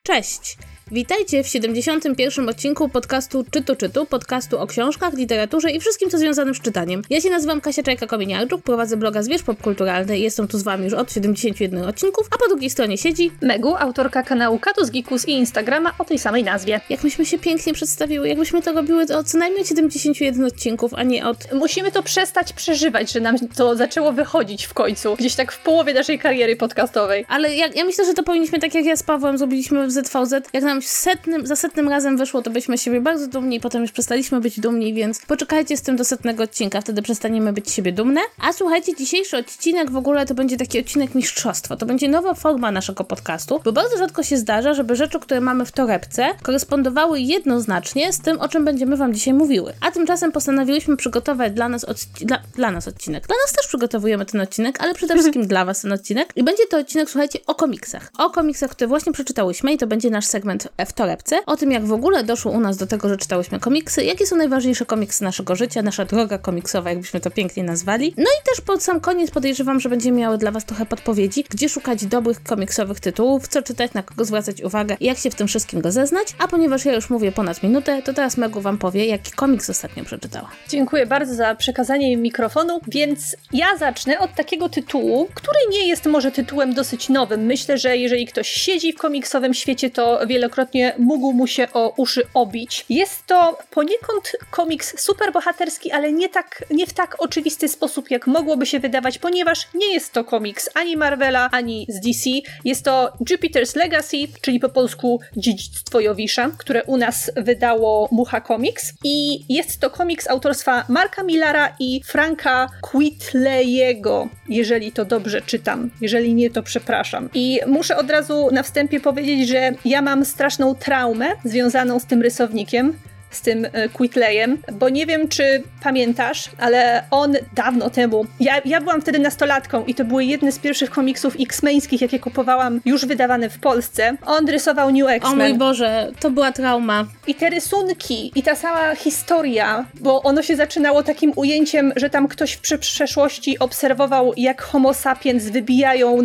Cześć! Witajcie w 71. odcinku podcastu Czytu, podcastu o książkach, literaturze i wszystkim, co związanym z czytaniem. Ja się nazywam Kasia Czajka-Kominiarczuk, prowadzę bloga Zwierz Popkulturalny i jestem tu z wami już od 71 odcinków, a po drugiej stronie siedzi Megu, autorka kanału Katus Geekus i Instagrama o tej samej nazwie. Jak myśmy się pięknie przedstawiły, jakbyśmy to robiły od co najmniej 71 odcinków, a nie od... Musimy to przestać przeżywać, że nam to zaczęło wychodzić w końcu, gdzieś tak w połowie naszej kariery podcastowej. Ale ja myślę, że to powinniśmy, tak jak ja z Pawłem zrobiliśmy w ZVZ, jak nam za setnym razem wyszło, to byliśmy z siebie bardzo dumni i potem już przestaliśmy być dumni, więc poczekajcie z tym do 100 odcinka, wtedy przestaniemy być z siebie dumne. A słuchajcie, dzisiejszy odcinek w ogóle to będzie taki odcinek mistrzostwa, to będzie nowa forma naszego podcastu, bo bardzo rzadko się zdarza, żeby rzeczy, które mamy w torebce, korespondowały jednoznacznie z tym, o czym będziemy wam dzisiaj mówiły. A tymczasem postanowiłyśmy przygotować dla nas odcinek. Dla nas też przygotowujemy ten odcinek, ale przede wszystkim dla was ten odcinek. I będzie to odcinek, słuchajcie, o komiksach. O komiksach, które właśnie przeczytałyśmy i to będzie nasz segment w torebce. O tym, jak w ogóle doszło u nas do tego, że czytałyśmy komiksy, jakie są najważniejsze komiksy naszego życia, nasza droga komiksowa, jakbyśmy to pięknie nazwali. No i też pod sam koniec podejrzewam, że będziemy miały dla was trochę podpowiedzi, gdzie szukać dobrych komiksowych tytułów, co czytać, na kogo zwracać uwagę i jak się w tym wszystkim rozeznać. A ponieważ ja już mówię ponad minutę, to teraz Megu wam powie, jaki komiks ostatnio przeczytała. Dziękuję bardzo za przekazanie mikrofonu, więc ja zacznę od takiego tytułu, który nie jest może tytułem dosyć nowym. Myślę, że jeżeli ktoś siedzi w komiksowym świecie, to wielokrotnie mógł mu się o uszy obić. Jest to poniekąd komiks superbohaterski, ale nie w tak oczywisty sposób, jak mogłoby się wydawać, ponieważ nie jest to komiks ani Marvela, ani z DC. Jest to Jupiter's Legacy, czyli po polsku Dziedzictwo Jowisza, które u nas wydało Mucha Comics. I jest to komiks autorstwa Marka Millara i Franka Quitely'ego, jeżeli to dobrze czytam. Jeżeli nie, to przepraszam. I muszę od razu na wstępie powiedzieć, że ja mam straszną traumę związaną z tym rysownikiem, z tym Quitely'em, bo nie wiem, czy pamiętasz, ale on dawno temu, ja byłam wtedy nastolatką i to były jedne z pierwszych komiksów X-meńskich, jakie kupowałam, już wydawane w Polsce. On rysował New X-Men. O mój Boże, to była trauma. I te rysunki, i ta cała historia, bo ono się zaczynało takim ujęciem, że tam ktoś w przeszłości obserwował, jak homo sapiens wybijają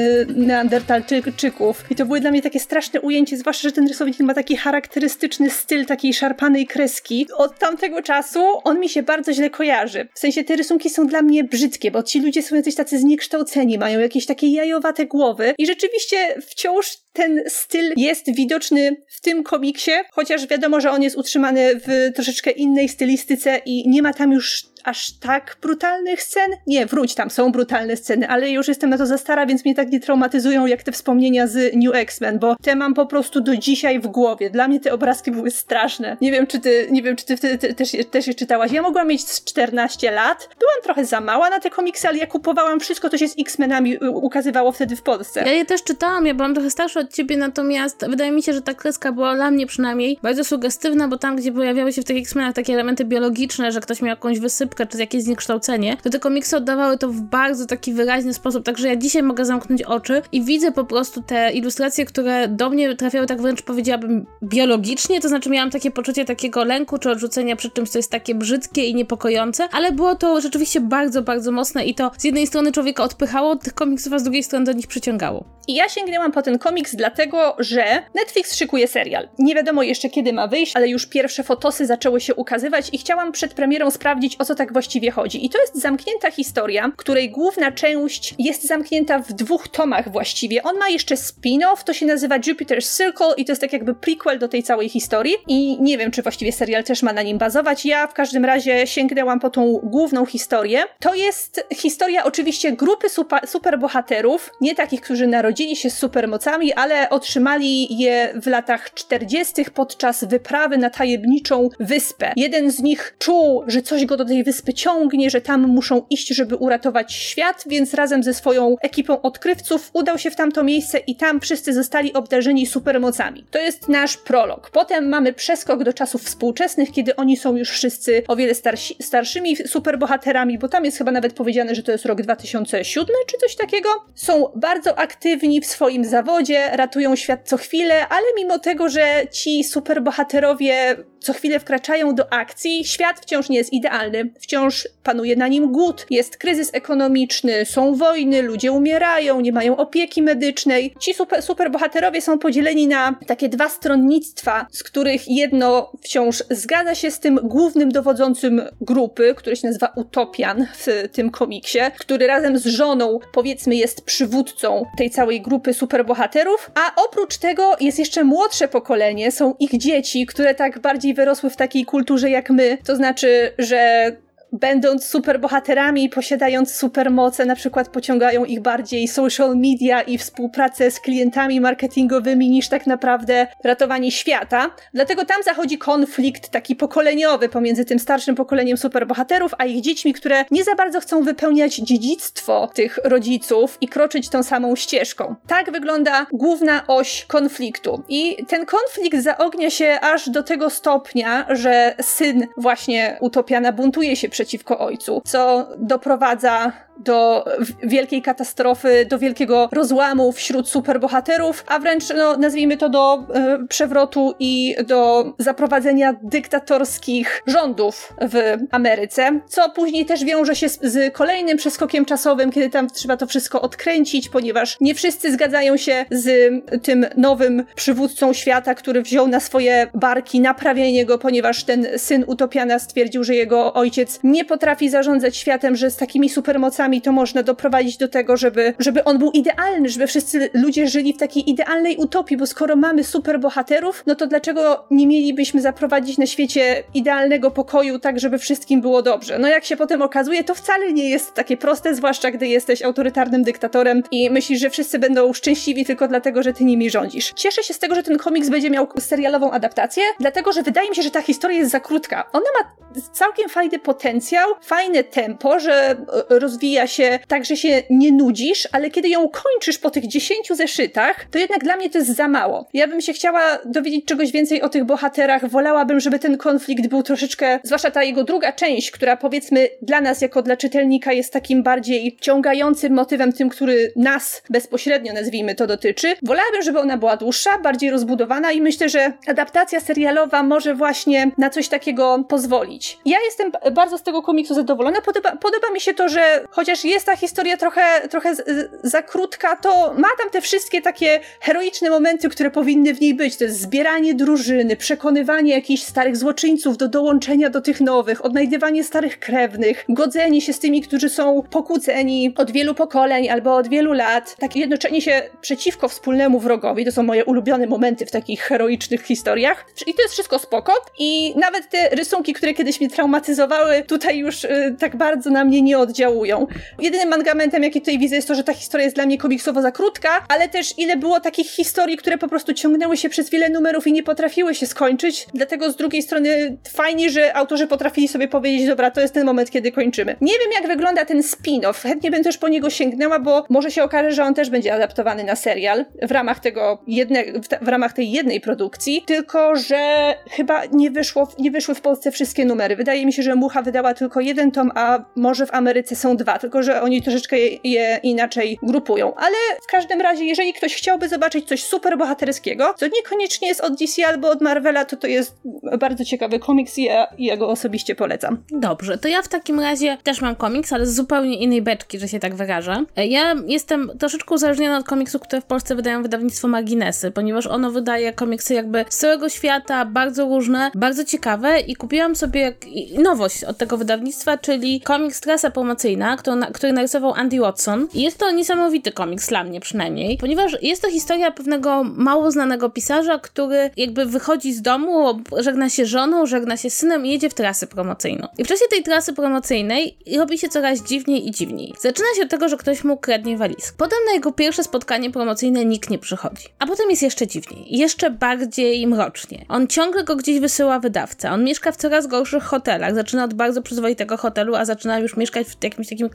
neandertalczyków. I to były dla mnie takie straszne ujęcie, zwłaszcza, że ten rysownik ma taki charakterystyczny styl, takiej szarpanej kreski. Od tamtego czasu on mi się bardzo źle kojarzy. W sensie te rysunki są dla mnie brzydkie, bo ci ludzie są jacyś tacy zniekształceni, mają jakieś takie jajowate głowy i rzeczywiście wciąż ten styl jest widoczny w tym komiksie, chociaż wiadomo, że on jest utrzymany w troszeczkę innej stylistyce i nie ma tam już aż tak brutalnych scen? Nie, wróć, tam są brutalne sceny, ale już jestem na to za stara, więc mnie tak nie traumatyzują jak te wspomnienia z New X-Men, bo te mam po prostu do dzisiaj w głowie. Dla mnie te obrazki były straszne. Nie wiem, czy ty wtedy też je czytałaś. Ja mogłam mieć 14 lat. Byłam trochę za mała na te komiksy, ale ja kupowałam wszystko, co się z X-Menami ukazywało wtedy w Polsce. Ja je też czytałam, ja byłam trochę starsza od ciebie, natomiast wydaje mi się, że ta kreska była dla mnie przynajmniej bardzo sugestywna, bo tam, gdzie pojawiały się w tych X-Menach takie elementy biologiczne, że ktoś miał jakąś wysypkę, czy jakieś zniekształcenie, to te komiksy oddawały to w bardzo taki wyraźny sposób, także ja dzisiaj mogę zamknąć oczy i widzę po prostu te ilustracje, które do mnie trafiały tak wręcz powiedziałabym biologicznie, to znaczy miałam takie poczucie takiego lęku czy odrzucenia przed czymś, co jest takie brzydkie i niepokojące, ale było to rzeczywiście bardzo, bardzo mocne i to z jednej strony człowieka odpychało od tych komiksów, a z drugiej strony do nich przyciągało. I ja sięgnęłam po ten komiks dlatego, że Netflix szykuje serial. Nie wiadomo jeszcze kiedy ma wyjść, ale już pierwsze fotosy zaczęły się ukazywać i chciałam przed premierą sprawdzić, o co tak właściwie chodzi. I to jest zamknięta historia, której główna część jest zamknięta w 2 tomach właściwie. On ma jeszcze spin-off, to się nazywa Jupiter's Circle i to jest tak jakby prequel do tej całej historii. I nie wiem, czy właściwie serial też ma na nim bazować. Ja w każdym razie sięgnęłam po tą główną historię. To jest historia oczywiście grupy superbohaterów, nie takich, którzy narodzili się z supermocami, ale otrzymali je w latach 40. podczas wyprawy na tajemniczą wyspę. Jeden z nich czuł, że coś go do tej wyspy ciągnie, że tam muszą iść, żeby uratować świat, więc razem ze swoją ekipą odkrywców udał się w tamto miejsce i tam wszyscy zostali obdarzeni supermocami. To jest nasz prolog. Potem mamy przeskok do czasów współczesnych, kiedy oni są już wszyscy o wiele starszymi superbohaterami, bo tam jest chyba nawet powiedziane, że to jest rok 2007 czy coś takiego. Są bardzo aktywni w swoim zawodzie, ratują świat co chwilę, ale mimo tego, że ci superbohaterowie co chwilę wkraczają do akcji. Świat wciąż nie jest idealny, wciąż panuje na nim głód, jest kryzys ekonomiczny, są wojny, ludzie umierają, nie mają opieki medycznej. Ci superbohaterowie są podzieleni na takie dwa stronnictwa, z których jedno wciąż zgadza się z tym głównym dowodzącym grupy, który się nazywa Utopian w tym komiksie, który razem z żoną, powiedzmy, jest przywódcą tej całej grupy superbohaterów, a oprócz tego jest jeszcze młodsze pokolenie, są ich dzieci, które tak bardziej wyrosły w takiej kulturze jak my, to znaczy, że będąc superbohaterami i posiadając supermoce, na przykład pociągają ich bardziej social media i współpracę z klientami marketingowymi niż tak naprawdę ratowanie świata. Dlatego tam zachodzi konflikt taki pokoleniowy pomiędzy tym starszym pokoleniem superbohaterów, a ich dziećmi, które nie za bardzo chcą wypełniać dziedzictwo tych rodziców i kroczyć tą samą ścieżką. Tak wygląda główna oś konfliktu. I ten konflikt zaognia się aż do tego stopnia, że syn właśnie Utopiana buntuje się przeciwko ojcu, co doprowadza do wielkiej katastrofy, do wielkiego rozłamu wśród superbohaterów, a wręcz, nazwijmy to, do przewrotu i do zaprowadzenia dyktatorskich rządów w Ameryce, co później też wiąże się z kolejnym przeskokiem czasowym, kiedy tam trzeba to wszystko odkręcić, ponieważ nie wszyscy zgadzają się z tym nowym przywódcą świata, który wziął na swoje barki naprawienie go, ponieważ ten syn Utopiana stwierdził, że jego ojciec nie potrafi zarządzać światem, że z takimi supermocami to można doprowadzić do tego, żeby on był idealny, żeby wszyscy ludzie żyli w takiej idealnej utopii, bo skoro mamy superbohaterów, no to dlaczego nie mielibyśmy zaprowadzić na świecie idealnego pokoju tak, żeby wszystkim było dobrze? No jak się potem okazuje, to wcale nie jest takie proste, zwłaszcza gdy jesteś autorytarnym dyktatorem i myślisz, że wszyscy będą szczęśliwi tylko dlatego, że ty nimi rządzisz. Cieszę się z tego, że ten komiks będzie miał serialową adaptację, dlatego, że wydaje mi się, że ta historia jest za krótka. Ona ma całkiem fajny potencjał, fajne tempo, że rozwija się tak, że się nie nudzisz, ale kiedy ją kończysz po tych 10 zeszytach, to jednak dla mnie to jest za mało. Ja bym się chciała dowiedzieć czegoś więcej o tych bohaterach, wolałabym, żeby ten konflikt był troszeczkę, zwłaszcza ta jego druga część, która powiedzmy dla nas, jako dla czytelnika jest takim bardziej ciągającym motywem, tym, który nas bezpośrednio, nazwijmy to, dotyczy. Wolałabym, żeby ona była dłuższa, bardziej rozbudowana i myślę, że adaptacja serialowa może właśnie na coś takiego pozwolić. Ja jestem bardzo z tego komiksu zadowolona. Podoba mi się to, że chociaż jest ta historia trochę za krótka, to ma tam te wszystkie takie heroiczne momenty, które powinny w niej być. To jest zbieranie drużyny, przekonywanie jakichś starych złoczyńców do dołączenia do tych nowych, odnajdywanie starych krewnych, godzenie się z tymi, którzy są pokłóceni od wielu pokoleń albo od wielu lat. Takie jednoczenie się przeciwko wspólnemu wrogowi. To są moje ulubione momenty w takich heroicznych historiach. I to jest wszystko spoko. I nawet te rysunki, które kiedyś mnie traumatyzowały, tutaj już tak bardzo na mnie nie oddziałują. Jedynym mankamentem, jaki tutaj widzę, jest to, że ta historia jest dla mnie komiksowo za krótka, ale też ile było takich historii, które po prostu ciągnęły się przez wiele numerów i nie potrafiły się skończyć. Dlatego z drugiej strony fajnie, że autorzy potrafili sobie powiedzieć, dobra, to jest ten moment, kiedy kończymy. Nie wiem, jak wygląda ten spin-off. Chętnie bym też po niego sięgnęła, bo może się okaże, że on też będzie adaptowany na serial w ramach tej jednej produkcji, tylko że chyba nie wyszły w Polsce wszystkie numery. Wydaje mi się, że Mucha wydała tylko jeden tom, a może w Ameryce są 2, tylko że oni troszeczkę je inaczej grupują. Ale w każdym razie, jeżeli ktoś chciałby zobaczyć coś super bohaterskiego, co niekoniecznie jest od DC albo od Marvela, to jest bardzo ciekawy komiks i ja go osobiście polecam. Dobrze, to ja w takim razie też mam komiks, ale z zupełnie innej beczki, że się tak wyrażę. Ja jestem troszeczkę uzależniona od komiksów, które w Polsce wydają wydawnictwo Marginesy, ponieważ ono wydaje komiksy jakby z całego świata, bardzo różne, bardzo ciekawe i kupiłam sobie nowość od tego wydawnictwa, czyli komiks Trasa Promocyjna, który narysował Andy Watson. I jest to niesamowity komiks, dla mnie przynajmniej, ponieważ jest to historia pewnego mało znanego pisarza, który jakby wychodzi z domu, żegna się żoną, żegna się synem i jedzie w trasę promocyjną. I w czasie tej trasy promocyjnej robi się coraz dziwniej i dziwniej. Zaczyna się od tego, że ktoś mu kradnie walizkę. Potem na jego pierwsze spotkanie promocyjne nikt nie przychodzi. A potem jest jeszcze dziwniej. Jeszcze bardziej mrocznie. On ciągle go gdzieś wysyła wydawca. On mieszka w coraz gorszych hotelach. Zaczyna od bardzo przyzwoitego hotelu, a zaczyna już mieszkać w jakimś takim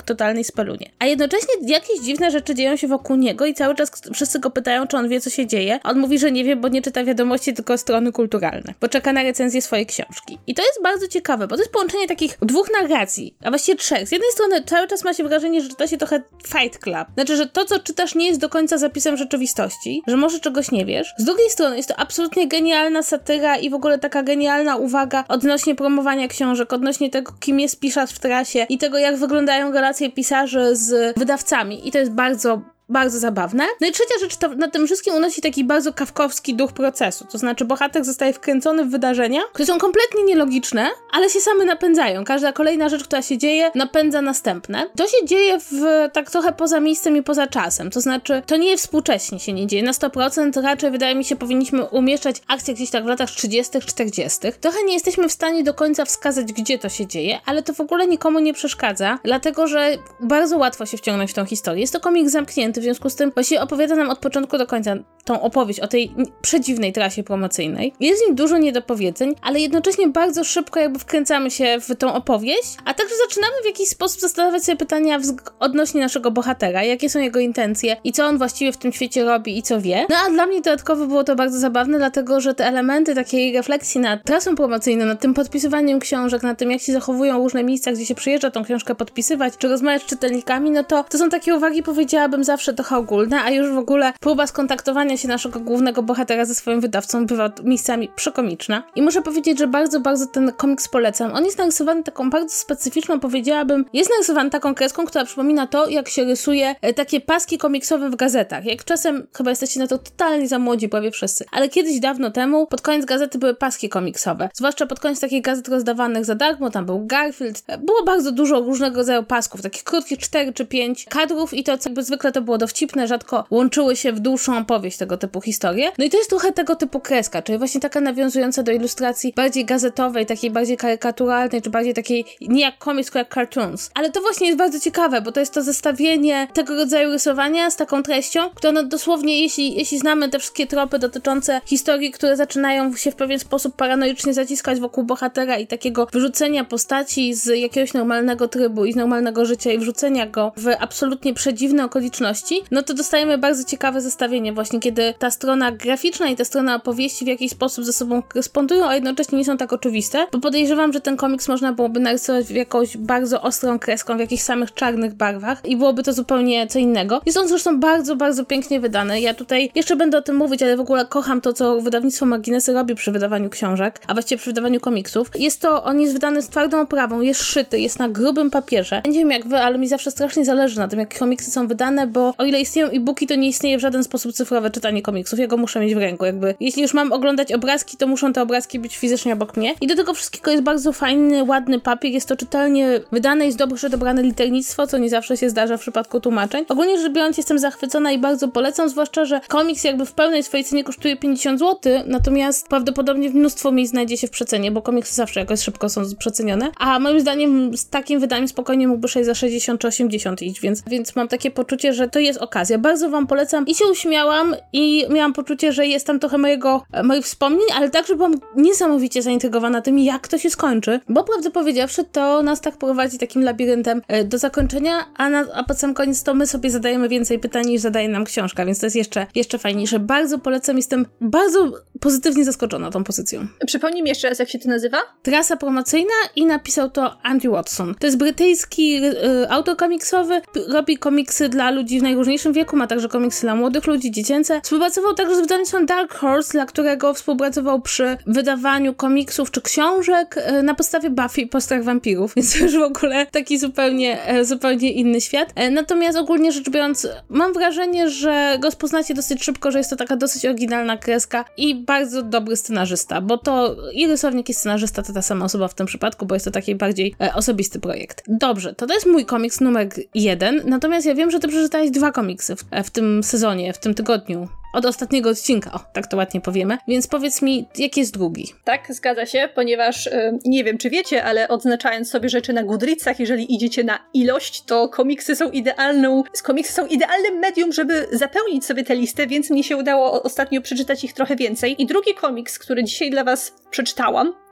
totalnej spelunie. A jednocześnie jakieś dziwne rzeczy dzieją się wokół niego i cały czas wszyscy go pytają, czy on wie, co się dzieje. A on mówi, że nie wie, bo nie czyta wiadomości, tylko strony kulturalne, bo czeka na recenzję swojej książki. I to jest bardzo ciekawe, bo to jest połączenie takich dwóch narracji, a właściwie trzech. Z jednej strony cały czas ma się wrażenie, że czyta się trochę Fight Club. Znaczy, że to, co czytasz, nie jest do końca zapisem rzeczywistości, że może czegoś nie wiesz. Z drugiej strony jest to absolutnie genialna satyra i w ogóle taka genialna uwaga odnośnie promowania książek, odnośnie tego, kim jest pisarz w trasie i tego, jak wyglądają relacje pisarzy z wydawcami. I to jest bardzo zabawne. No i trzecia rzecz, to na tym wszystkim unosi taki bardzo kafkowski duch procesu. To znaczy bohater zostaje wkręcony w wydarzenia, które są kompletnie nielogiczne, ale się same napędzają. Każda kolejna rzecz, która się dzieje, napędza następne. To się dzieje tak trochę poza miejscem i poza czasem. To znaczy, to nie współcześnie się nie dzieje. Na 100% raczej, wydaje mi się, powinniśmy umieszczać akcję gdzieś tak w latach 30., 40. Trochę nie jesteśmy w stanie do końca wskazać, gdzie to się dzieje, ale to w ogóle nikomu nie przeszkadza, dlatego, że bardzo łatwo się wciągnąć w tą historię. Jest to komiks zamknięty, w związku z tym właściwie opowiada nam od początku do końca tą opowieść o tej przedziwnej trasie promocyjnej. Jest w nim dużo niedopowiedzeń, ale jednocześnie bardzo szybko jakby wkręcamy się w tą opowieść, a także zaczynamy w jakiś sposób zastanawiać sobie pytania odnośnie naszego bohatera, jakie są jego intencje i co on właściwie w tym świecie robi i co wie. No a dla mnie dodatkowo było to bardzo zabawne, dlatego że te elementy takiej refleksji nad trasą promocyjną, nad tym podpisywaniem książek, nad tym, jak się zachowują różne miejsca, gdzie się przyjeżdża tą książkę podpisywać, czy rozmawiać z czytelnikami, no to są takie uwagi, powiedziałabym, zawsze trochę ogólne, a już w ogóle próba skontaktowania się naszego głównego bohatera ze swoim wydawcą bywa miejscami przekomiczna. I muszę powiedzieć, że bardzo ten komiks polecam. On jest narysowany taką bardzo specyficzną, powiedziałabym, jest narysowany taką kreską, która przypomina to, jak się rysuje takie paski komiksowe w gazetach. Jak czasem, chyba jesteście na to totalnie za młodzi, prawie wszyscy, ale kiedyś dawno temu, pod koniec gazety były paski komiksowe. Zwłaszcza pod koniec takich gazet rozdawanych za darmo, tam był Garfield. Było bardzo dużo różnego rodzaju pasków, takich krótkich 4 czy 5 kadrów i to, co jakby zwykle to było dowcipne, rzadko łączyły się w dłuższą opowieść tego typu historie. No i to jest trochę tego typu kreska, czyli właśnie taka nawiązująca do ilustracji bardziej gazetowej, takiej bardziej karykaturalnej, czy bardziej takiej nie jak komiks, tylko jak cartoons. Ale to właśnie jest bardzo ciekawe, bo to jest to zestawienie tego rodzaju rysowania z taką treścią, która no dosłownie, jeśli znamy te wszystkie tropy dotyczące historii, które zaczynają się w pewien sposób paranoicznie zaciskać wokół bohatera i takiego wyrzucenia postaci z jakiegoś normalnego trybu i z normalnego życia i wrzucenia go w absolutnie przedziwne okoliczności, no to dostajemy bardzo ciekawe zestawienie właśnie, kiedy ta strona graficzna i ta strona opowieści w jakiś sposób ze sobą korespondują, a jednocześnie nie są tak oczywiste, bo podejrzewam, że ten komiks można byłoby narysować w jakąś bardzo ostrą kreską, w jakichś samych czarnych barwach i byłoby to zupełnie co innego. Jest on zresztą bardzo pięknie wydany. Ja tutaj jeszcze będę o tym mówić, ale w ogóle kocham to, co wydawnictwo Marginesy robi przy wydawaniu książek, a właściwie przy wydawaniu komiksów. On jest wydany z twardą oprawą, jest szyty, jest na grubym papierze. Nie wiem jak wy, ale mi zawsze strasznie zależy na tym, jak komiksy są wydane, bo o ile istnieją e-booki, to nie istnieje w żaden sposób cyfrowe czytanie komiksów. Ja go muszę mieć w ręku. Jakby, jeśli już mam oglądać obrazki, to muszą te obrazki być fizycznie obok mnie. I do tego wszystkiego jest bardzo fajny, ładny papier. Jest to czytelnie wydane, jest dobrze dobrane liternictwo, co nie zawsze się zdarza w przypadku tłumaczeń. Ogólnie rzecz biorąc, jestem zachwycona i bardzo polecam, zwłaszcza, że komiks jakby w pełnej swojej cenie kosztuje 50 zł, natomiast prawdopodobnie mnóstwo miejsc znajdzie się w przecenie, bo komiksy zawsze jakoś szybko są przecenione. A moim zdaniem z takim wydaniem spokojnie mógłby za 60 czy 80 iść, więc mam takie poczucie, że to jest okazja. Bardzo wam polecam i się uśmiałam i miałam poczucie, że jest tam trochę moich wspomnień, ale także byłam niesamowicie zaintrygowana tym, jak to się skończy, bo prawdę powiedziawszy, to nas tak prowadzi takim labiryntem do zakończenia, a pod sam koniec to my sobie zadajemy więcej pytań niż zadaje nam książka, więc to jest jeszcze fajniejsze. Bardzo polecam, jestem bardzo pozytywnie zaskoczona tą pozycją. Przypomnij mi jeszcze raz, jak się to nazywa? Trasa promocyjna i napisał to Andrew Watson. To jest brytyjski autor komiksowy, robi komiksy dla ludzi w najróżniejszym wieku, ma także komiksy dla młodych ludzi, dziecięce. Współpracował także z wydawnictwem Dark Horse, dla którego współpracował przy wydawaniu komiksów czy książek na podstawie Buffy po strach wampirów, więc to już w ogóle taki zupełnie inny świat. Natomiast ogólnie rzecz biorąc, mam wrażenie, że go poznacie dosyć szybko, że jest to taka dosyć oryginalna kreska i bardzo dobry scenarzysta, bo to i rysownik i scenarzysta to ta sama osoba w tym przypadku, bo jest to taki bardziej osobisty projekt. Dobrze, to jest mój komiks numer 1, natomiast ja wiem, że ty przeczytałeś 2 komiksy w tym sezonie, w tym tygodniu. Od ostatniego odcinka, o, tak to ładnie powiemy. Więc powiedz mi, jaki jest drugi? Tak, zgadza się, ponieważ nie wiem, czy wiecie, ale odznaczając sobie rzeczy na Goodreadsach, jeżeli idziecie na ilość, to komiksy są idealnym medium, żeby zapełnić sobie tę listę, więc mnie się udało ostatnio przeczytać ich trochę więcej. I drugi komiks, który dzisiaj dla was przeczytałam,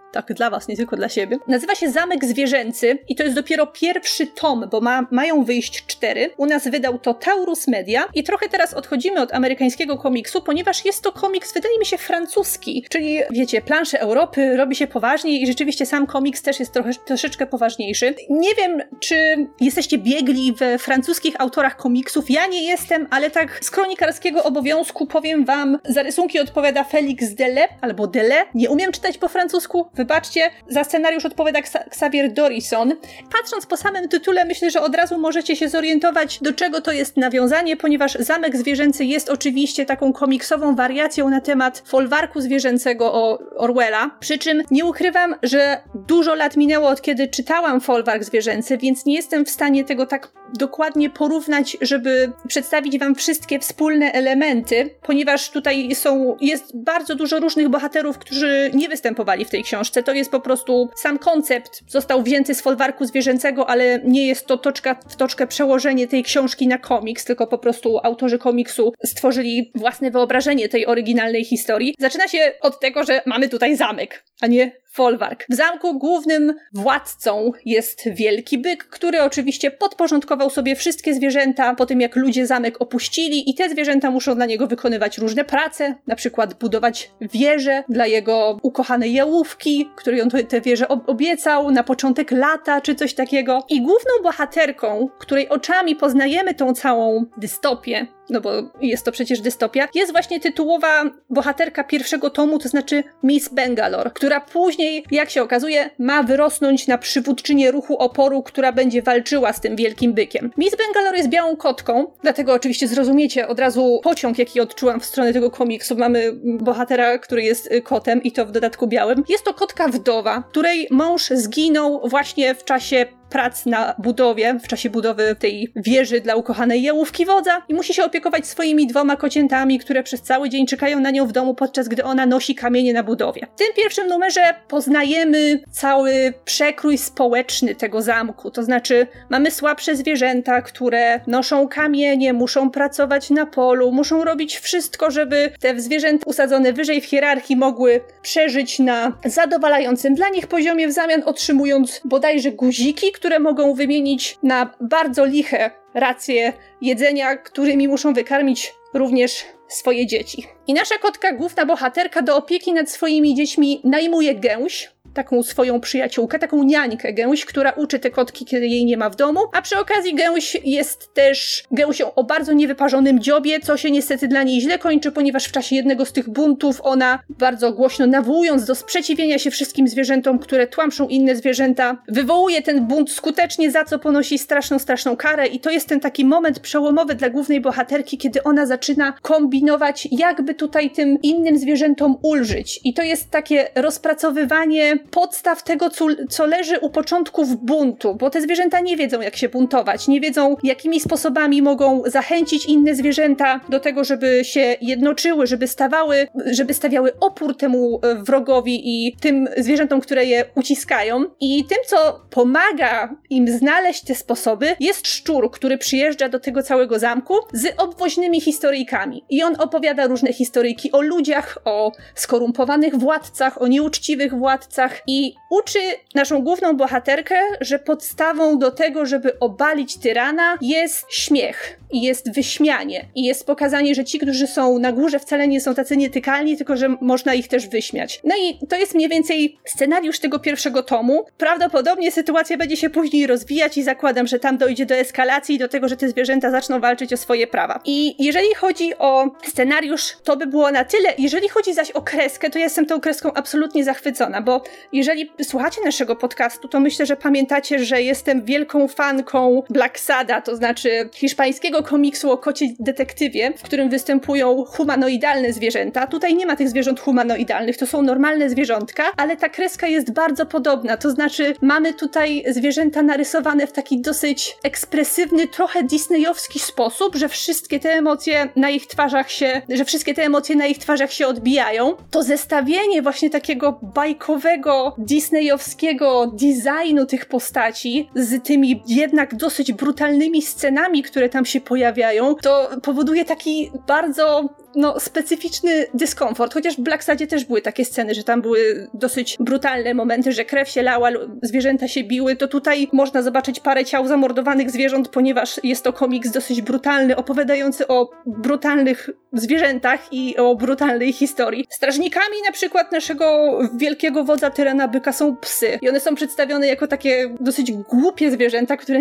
tak dla was, nie tylko dla siebie. Nazywa się Zamek Zwierzęcy i to jest dopiero pierwszy tom, bo mają wyjść 4. U nas wydał to Taurus Media i trochę teraz odchodzimy od amerykańskiego komiksu, ponieważ jest to komiks, wydaje mi się, francuski, czyli wiecie, plansze Europy, robi się poważniej i rzeczywiście sam komiks też jest troszeczkę poważniejszy. Nie wiem, czy jesteście biegli we francuskich autorach komiksów, ja nie jestem, ale tak z kronikarskiego obowiązku powiem wam, za rysunki odpowiada Félix Delep, albo Delep, nie umiem czytać po francusku, wybaczcie, za scenariusz odpowiada Xavier Dorison. Patrząc po samym tytule, myślę, że od razu możecie się zorientować, do czego to jest nawiązanie, ponieważ Zamek Zwierzęcy jest oczywiście taką komiksową wariacją na temat folwarku zwierzęcego Orwella, przy czym nie ukrywam, że dużo lat minęło od kiedy czytałam folwark zwierzęcy, więc nie jestem w stanie tego tak dokładnie porównać, żeby przedstawić wam wszystkie wspólne elementy, ponieważ tutaj jest bardzo dużo różnych bohaterów, którzy nie występowali w tej książce. To jest po prostu sam koncept został wzięty z folwarku zwierzęcego, ale nie jest to toczka w toczkę przełożenie tej książki na komiks, tylko po prostu autorzy komiksu stworzyli własne wyobrażenie tej oryginalnej historii. Zaczyna się od tego, że mamy tutaj zamek, a nie folwark. W zamku głównym władcą jest wielki byk, który oczywiście podporządkował sobie wszystkie zwierzęta po tym, jak ludzie zamek opuścili i te zwierzęta muszą dla niego wykonywać różne prace, na przykład budować wieżę dla jego ukochanej jałówki, której on tę wieżę obiecał na początek lata, czy coś takiego. I główną bohaterką, której oczami poznajemy tą całą dystopię, no bo jest to przecież dystopia, jest właśnie tytułowa bohaterka pierwszego tomu, to znaczy Miss Bangalore, która później, jak się okazuje, ma wyrosnąć na przywódczynię ruchu oporu, która będzie walczyła z tym wielkim bykiem. Miss Bangalore jest białą kotką, dlatego oczywiście zrozumiecie od razu pociąg, jaki odczułam w stronę tego komiksu. Mamy bohatera, który jest kotem i to w dodatku białym. Jest to kotka wdowa, której mąż zginął właśnie w czasie prac na budowie, w czasie budowy tej wieży dla ukochanej jałówki wodza i musi się opiekować swoimi 2 kociętami, które przez cały dzień czekają na nią w domu, podczas gdy ona nosi kamienie na budowie. W tym pierwszym numerze poznajemy cały przekrój społeczny tego zamku, to znaczy mamy słabsze zwierzęta, które noszą kamienie, muszą pracować na polu, muszą robić wszystko, żeby te zwierzęta usadzone wyżej w hierarchii mogły przeżyć na zadowalającym dla nich poziomie, w zamian otrzymując bodajże guziki, które mogą wymienić na bardzo liche racje jedzenia, którymi muszą wykarmić również swoje dzieci. I nasza kotka, główna bohaterka, do opieki nad swoimi dziećmi najmuje gęś, taką swoją przyjaciółkę, taką niańkę gęś, która uczy te kotki, kiedy jej nie ma w domu, a przy okazji gęś jest też gęsią o bardzo niewyparzonym dziobie, co się niestety dla niej źle kończy, ponieważ w czasie jednego z tych buntów ona, bardzo głośno nawołując do sprzeciwienia się wszystkim zwierzętom, które tłamszą inne zwierzęta, wywołuje ten bunt skutecznie, za co ponosi straszną karę i to jest ten taki moment przełomowy dla głównej bohaterki, kiedy ona zaczyna kombinować, jakby tutaj tym innym zwierzętom ulżyć. I to jest takie rozpracowywanie podstaw tego, co leży u początków buntu, bo te zwierzęta nie wiedzą, jak się buntować, nie wiedzą, jakimi sposobami mogą zachęcić inne zwierzęta do tego, żeby się jednoczyły, żeby stawiały opór temu wrogowi i tym zwierzętom, które je uciskają. I tym, co pomaga im znaleźć te sposoby, jest szczur, który przyjeżdża do tego całego zamku z obwoźnymi historyjkami. I on opowiada różne historyjki o ludziach, o skorumpowanych władcach, o nieuczciwych władcach i uczy naszą główną bohaterkę, że podstawą do tego, żeby obalić tyrana, jest śmiech i jest wyśmianie i jest pokazanie, że ci, którzy są na górze, wcale nie są tacy nietykalni, tylko że można ich też wyśmiać. No i to jest mniej więcej scenariusz tego pierwszego tomu. Prawdopodobnie sytuacja będzie się później rozwijać i zakładam, że tam dojdzie do eskalacji i do tego, że te zwierzęta zaczną walczyć o swoje prawa. I jeżeli chodzi o scenariusz, to by było na tyle. Jeżeli chodzi zaś o kreskę, to ja jestem tą kreską absolutnie zachwycona, bo jeżeli słuchacie naszego podcastu, to myślę, że pamiętacie, że jestem wielką fanką Black Sada, to znaczy hiszpańskiego komiksu o kocie detektywie, w którym występują humanoidalne zwierzęta. Tutaj nie ma tych zwierząt humanoidalnych, to są normalne zwierzątka, ale ta kreska jest bardzo podobna, to znaczy mamy tutaj zwierzęta narysowane w taki dosyć ekspresywny, trochę disneyowski sposób, że wszystkie te emocje na ich twarzach się odbijają. To zestawienie właśnie takiego bajkowego, disneyowskiego designu tych postaci z tymi jednak dosyć brutalnymi scenami, które tam się pojawiają, to powoduje taki bardzo specyficzny dyskomfort, chociaż w Black Sadzie też były takie sceny, że tam były dosyć brutalne momenty, że krew się lała, zwierzęta się biły, to tutaj można zobaczyć parę ciał zamordowanych zwierząt, ponieważ jest to komiks dosyć brutalny, opowiadający o brutalnych zwierzętach i o brutalnej historii. Strażnikami na przykład naszego wielkiego wodza Tyrana Byka są psy i one są przedstawione jako takie dosyć głupie zwierzęta, które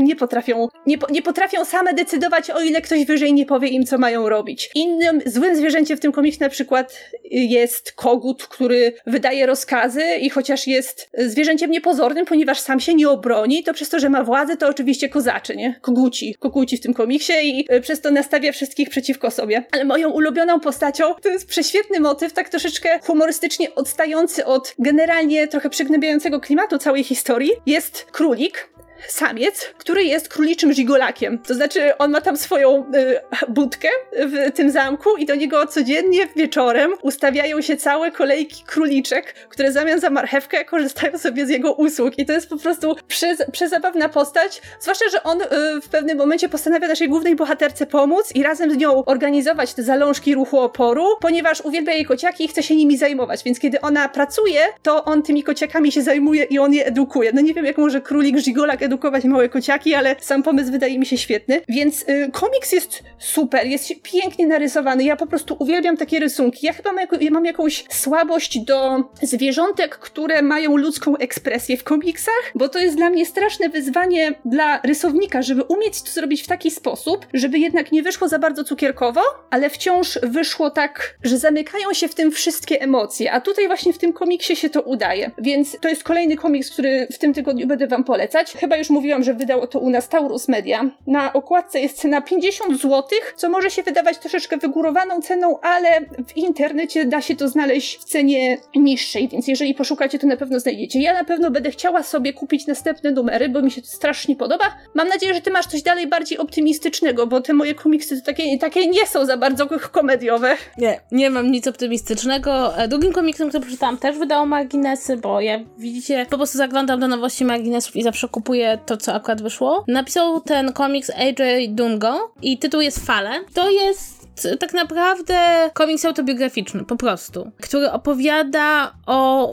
nie potrafią same decydować, o ile ktoś wyżej nie powie im, co mają robić. Innym złym zwierzęciem w tym komiksie na przykład jest kogut, który wydaje rozkazy i chociaż jest zwierzęciem niepozornym, ponieważ sam się nie obroni, to przez to, że ma władzę, to oczywiście kozaczy, nie? Koguci w tym komiksie i przez to nastawia wszystkich przeciwko sobie. Ale moją ulubioną postacią to jest prześwietny motyw, tak troszeczkę humorystycznie odstający od generalnie trochę przygnębiającego klimatu całej historii. Jest królik, samiec, który jest króliczym żigolakiem. To znaczy, on ma tam swoją budkę w tym zamku i do niego codziennie wieczorem ustawiają się całe kolejki króliczek, które w zamian za marchewkę korzystają sobie z jego usług. I to jest po prostu przezabawna postać, zwłaszcza, że on w pewnym momencie postanawia naszej głównej bohaterce pomóc i razem z nią organizować te zalążki ruchu oporu, ponieważ uwielbia jej kociaki i chce się nimi zajmować. Więc kiedy ona pracuje, to on tymi kociakami się zajmuje i on je edukuje. No nie wiem, jak może królik żigolak edukować małe kociaki, ale sam pomysł wydaje mi się świetny. Więc komiks jest super, jest pięknie narysowany. Ja po prostu uwielbiam takie rysunki. Ja chyba mam jakąś słabość do zwierzątek, które mają ludzką ekspresję w komiksach, bo to jest dla mnie straszne wyzwanie dla rysownika, żeby umieć to zrobić w taki sposób, żeby jednak nie wyszło za bardzo cukierkowo, ale wciąż wyszło tak, że zamykają się w tym wszystkie emocje. A tutaj właśnie w tym komiksie się to udaje. Więc to jest kolejny komiks, który w tym tygodniu będę wam polecać. Chyba już mówiłam, że wydał to u nas Taurus Media. Na okładce jest cena 50 zł, co może się wydawać troszeczkę wygórowaną ceną, ale w internecie da się to znaleźć w cenie niższej, więc jeżeli poszukacie, to na pewno znajdziecie. Ja na pewno będę chciała sobie kupić następne numery, bo mi się to strasznie podoba. Mam nadzieję, że ty masz coś dalej bardziej optymistycznego, bo te moje komiksy to takie nie są za bardzo komediowe. Nie mam nic optymistycznego. Drugim komiksem, który przeczytałam, też wydało marginesy, bo ja, widzicie, po prostu zaglądam do nowości marginesów i zawsze kupuję to, co akurat wyszło. Napisał ten komiks AJ Dungo i tytuł jest Fale. To jest tak naprawdę komiks autobiograficzny, po prostu, który opowiada o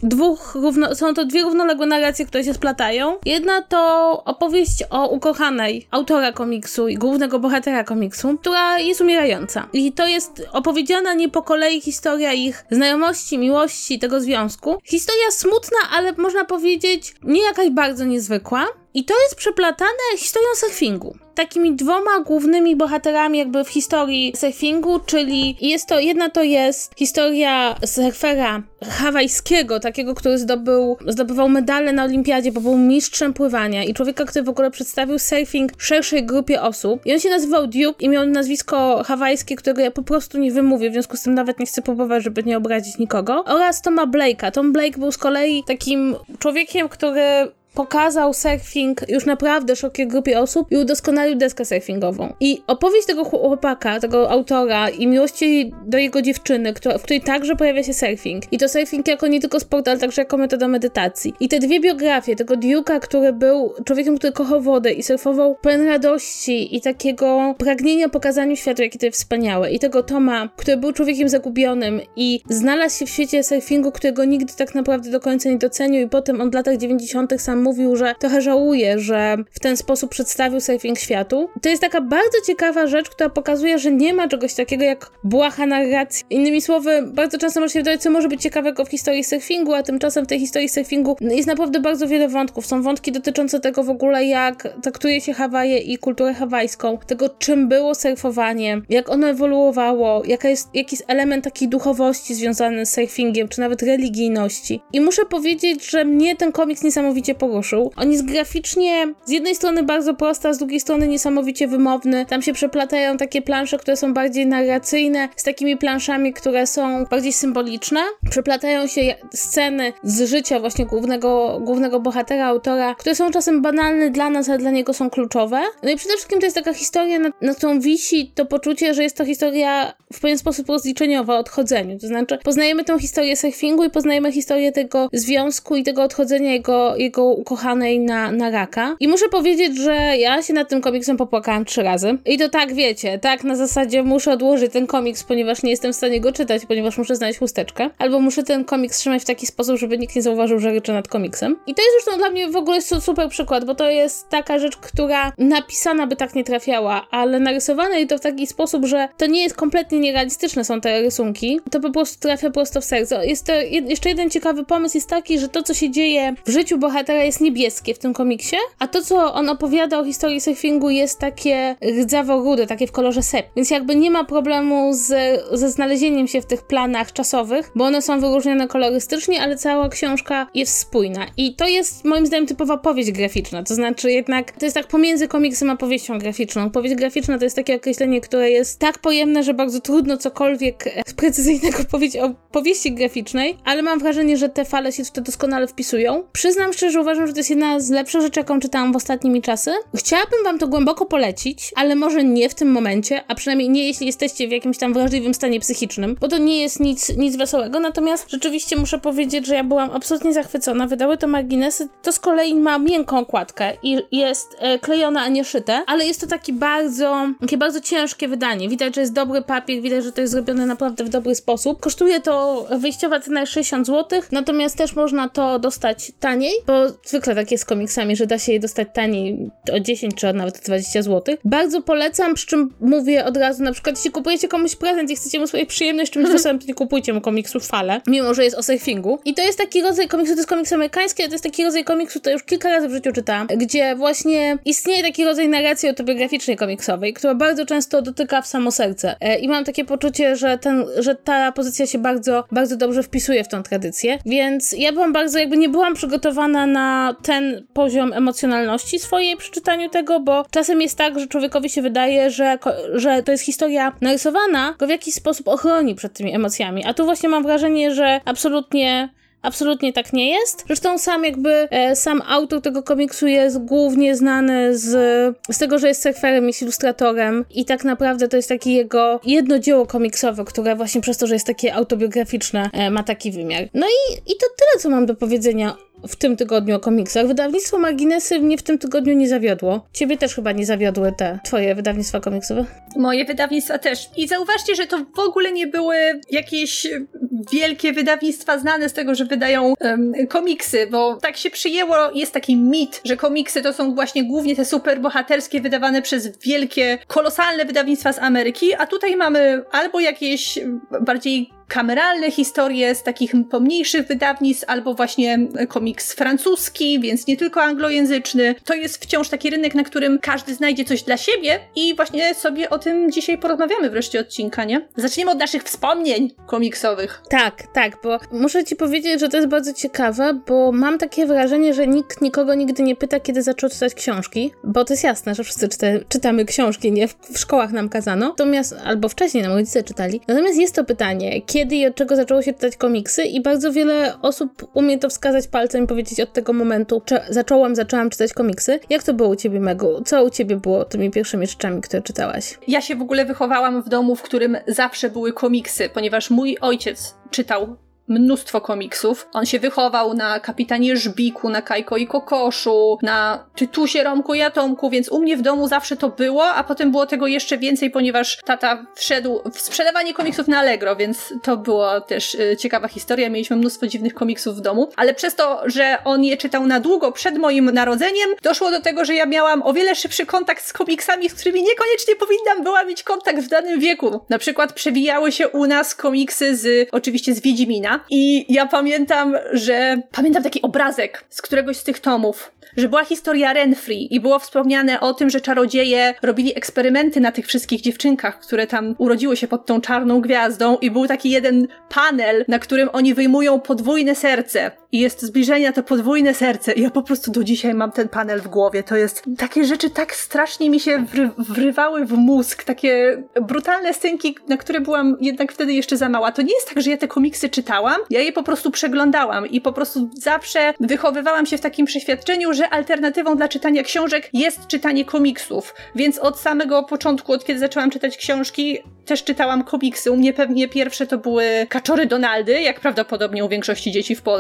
są to dwie równoległe narracje, które się splatają. Jedna to opowieść o ukochanej autora komiksu i głównego bohatera komiksu, która jest umierająca. I to jest opowiedziana nie po kolei historia ich znajomości, miłości, tego związku. Historia smutna, ale można powiedzieć nie jakaś bardzo niezwykła. I to jest przeplatane historią surfingu. Takimi dwoma głównymi bohaterami jakby w historii surfingu, czyli jedna to jest historia surfera hawajskiego, takiego, który zdobywał medale na olimpiadzie, bo był mistrzem pływania i człowieka, który w ogóle przedstawił surfing szerszej grupie osób. I on się nazywał Duke i miał nazwisko hawajskie, którego ja po prostu nie wymówię, w związku z tym nawet nie chcę próbować, żeby nie obrazić nikogo. Oraz Toma Blake'a. Tom Blake był z kolei takim człowiekiem, który pokazał surfing już naprawdę szerokiej grupie osób i udoskonalił deskę surfingową. I opowieść tego chłopaka, tego autora i miłości do jego dziewczyny, w której także pojawia się surfing. I to surfing jako nie tylko sport, ale także jako metoda medytacji. I te dwie biografie, tego Duke'a, który był człowiekiem, który kochał wodę i surfował pełen radości i takiego pragnienia pokazaniu światu, jakie to jest wspaniałe. I tego Toma, który był człowiekiem zagubionym i znalazł się w świecie surfingu, którego nigdy tak naprawdę do końca nie docenił i potem on w latach 90. sam mówił, że trochę żałuje, że w ten sposób przedstawił surfing światu. To jest taka bardzo ciekawa rzecz, która pokazuje, że nie ma czegoś takiego jak błaha narracja. Innymi słowy, bardzo często może się wydawać, co może być ciekawego w historii surfingu, a tymczasem w tej historii surfingu jest naprawdę bardzo wiele wątków. Są wątki dotyczące tego w ogóle, jak traktuje się Hawaje i kulturę hawajską, tego, czym było surfowanie, jak ono ewoluowało, jaki jest element takiej duchowości związany z surfingiem, czy nawet religijności. I muszę powiedzieć, że mnie ten komiks niesamowicie poruszył. On jest graficznie z jednej strony bardzo prosty, a z drugiej strony niesamowicie wymowny. Tam się przeplatają takie plansze, które są bardziej narracyjne, z takimi planszami, które są bardziej symboliczne. Przeplatają się sceny z życia właśnie głównego bohatera, autora, które są czasem banalne dla nas, ale dla niego są kluczowe. No i przede wszystkim to jest taka historia, na którą wisi to poczucie, że jest to historia w pewien sposób rozliczeniowa o odchodzeniu. To znaczy poznajemy tę historię surfingu i poznajemy historię tego związku i tego odchodzenia jego ukochanej na raka. I muszę powiedzieć, że ja się nad tym komiksem popłakałam 3 razy. I to tak, wiecie, tak na zasadzie muszę odłożyć ten komiks, ponieważ nie jestem w stanie go czytać, ponieważ muszę znaleźć chusteczkę. Albo muszę ten komiks trzymać w taki sposób, żeby nikt nie zauważył, że ryczę nad komiksem. I to jest zresztą dla mnie w ogóle super przykład, bo to jest taka rzecz, która napisana by tak nie trafiała, ale narysowane i to w taki sposób, że to nie jest kompletnie nierealistyczne są te rysunki, to po prostu trafia prosto w serce. Jest to jeszcze jeden ciekawy pomysł jest taki, że to, co się dzieje w życiu bohatera jest niebieskie w tym komiksie, a to, co on opowiada o historii surfingu jest takie rdzawo-rude, takie w kolorze sep. Więc jakby nie ma problemu ze znalezieniem się w tych planach czasowych, bo one są wyróżnione kolorystycznie, ale cała książka jest spójna. I to jest moim zdaniem typowa powieść graficzna, to znaczy jednak to jest tak pomiędzy komiksem a powieścią graficzną. Powieść graficzna to jest takie określenie, które jest tak pojemne, że bardzo trudno cokolwiek precyzyjnego powiedzieć o powieści graficznej, ale mam wrażenie, że te fale się tutaj doskonale wpisują. Przyznam szczerze, uważam, że to jest jedna z lepszych rzeczy, jaką czytałam w ostatnimi czasy. Chciałabym wam to głęboko polecić, ale może nie w tym momencie, a przynajmniej nie jeśli jesteście w jakimś tam wrażliwym stanie psychicznym, bo to nie jest nic wesołego. Natomiast rzeczywiście muszę powiedzieć, że ja byłam absolutnie zachwycona. Wydały to marginesy. To z kolei ma miękką okładkę i jest klejone, a nie szyte, ale jest to takie bardzo ciężkie wydanie. Widać, że jest dobry papier, widać, że to jest zrobione naprawdę w dobry sposób. Kosztuje to wyjściowa cena 60 zł, natomiast też można to dostać taniej, bo zwykle tak jest z komiksami, że da się je dostać taniej o 10 czy nawet 20 zł. Bardzo polecam, przy czym mówię od razu, na przykład jeśli kupujecie komuś prezent i chcecie mu swoją przyjemność czymś wesołym, to nie kupujcie mu komiksu Fale, mimo że jest o surfingu. I to jest taki rodzaj komiksu, to jest komiks amerykański, ale to jest taki rodzaj komiksu, to już kilka razy w życiu czytałam, gdzie właśnie istnieje taki rodzaj narracji autobiograficznej komiksowej, która bardzo często dotyka w samo serce. I mam takie poczucie, że ta pozycja się bardzo, bardzo dobrze wpisuje w tą tradycję, więc ja byłam bardzo, nie byłam przygotowana na ten poziom emocjonalności swojej przy czytaniu tego, bo czasem jest tak, że człowiekowi się wydaje, że to jest historia narysowana, go w jakiś sposób ochroni przed tymi emocjami, a tu właśnie mam wrażenie, że absolutnie tak nie jest. Zresztą sam autor tego komiksu jest głównie znany z tego, że jest surferem, jest ilustratorem i tak naprawdę to jest takie jego jedno dzieło komiksowe, które właśnie przez to, że jest takie autobiograficzne, ma taki wymiar. No i to tyle, co mam do powiedzenia w tym tygodniu o komiksach. Wydawnictwo Marginesy mnie w tym tygodniu nie zawiodło. Ciebie też chyba nie zawiodły te twoje wydawnictwa komiksowe? Moje wydawnictwa też. I zauważcie, że to w ogóle nie były jakieś wielkie wydawnictwa znane z tego, że wydają komiksy, bo tak się przyjęło, jest taki mit, że komiksy to są właśnie głównie te superbohaterskie wydawane przez wielkie, kolosalne wydawnictwa z Ameryki, a tutaj mamy albo jakieś bardziej kameralne historie z takich pomniejszych wydawnictw, albo właśnie komiks francuski, więc nie tylko anglojęzyczny. To jest wciąż taki rynek, na którym każdy znajdzie coś dla siebie i właśnie sobie o tym dzisiaj porozmawiamy w reszcie odcinka, nie? Zaczniemy od naszych wspomnień komiksowych. Tak, bo muszę ci powiedzieć, że to jest bardzo ciekawe, bo mam takie wrażenie, że nikt nikogo nigdy nie pyta, kiedy zaczął czytać książki, bo to jest jasne, że wszyscy czytamy książki, nie? W szkołach nam kazano, natomiast, albo wcześniej nam rodzice czytali. Natomiast jest to pytanie, kiedy i od czego zaczęło się czytać komiksy i bardzo wiele osób umie to wskazać palcem i powiedzieć od tego momentu, zaczęłam czytać komiksy. Jak to było u ciebie, Megu? Co u ciebie było tymi pierwszymi rzeczami, które czytałaś? Ja się w ogóle wychowałam w domu, w którym zawsze były komiksy, ponieważ mój ojciec czytał mnóstwo komiksów. On się wychował na Kapitanie Żbiku, na Kajko i Kokoszu, na Tytusie, Romku i Atomku, więc u mnie w domu zawsze to było, a potem było tego jeszcze więcej, ponieważ tata wszedł w sprzedawanie komiksów na Allegro, więc to była też ciekawa historia. Mieliśmy mnóstwo dziwnych komiksów w domu, ale przez to, że on je czytał na długo przed moim narodzeniem, doszło do tego, że ja miałam o wiele szybszy kontakt z komiksami, z którymi niekoniecznie powinnam była mieć kontakt w danym wieku. Na przykład przewijały się u nas komiksy oczywiście z Wiedźmina. I ja pamiętam taki obrazek z któregoś z tych tomów, że była historia Renfri i było wspomniane o tym, że czarodzieje robili eksperymenty na tych wszystkich dziewczynkach, które tam urodziły się pod tą czarną gwiazdą i był taki jeden panel, na którym oni wyjmują podwójne serce i jest zbliżenie na to podwójne serce i ja po prostu do dzisiaj mam ten panel w głowie. To jest, takie rzeczy tak strasznie mi się wrywały w mózg, takie brutalne scenki, na które byłam jednak wtedy jeszcze za mała. To nie jest tak, że ja te komiksy czytałam, ja je po prostu przeglądałam i po prostu zawsze wychowywałam się w takim przeświadczeniu, że alternatywą dla czytania książek jest czytanie komiksów. Więc od samego początku, od kiedy zaczęłam czytać książki, też czytałam komiksy. U mnie pewnie pierwsze to były Kaczory Donaldy, jak prawdopodobnie u większości dzieci w Polsce,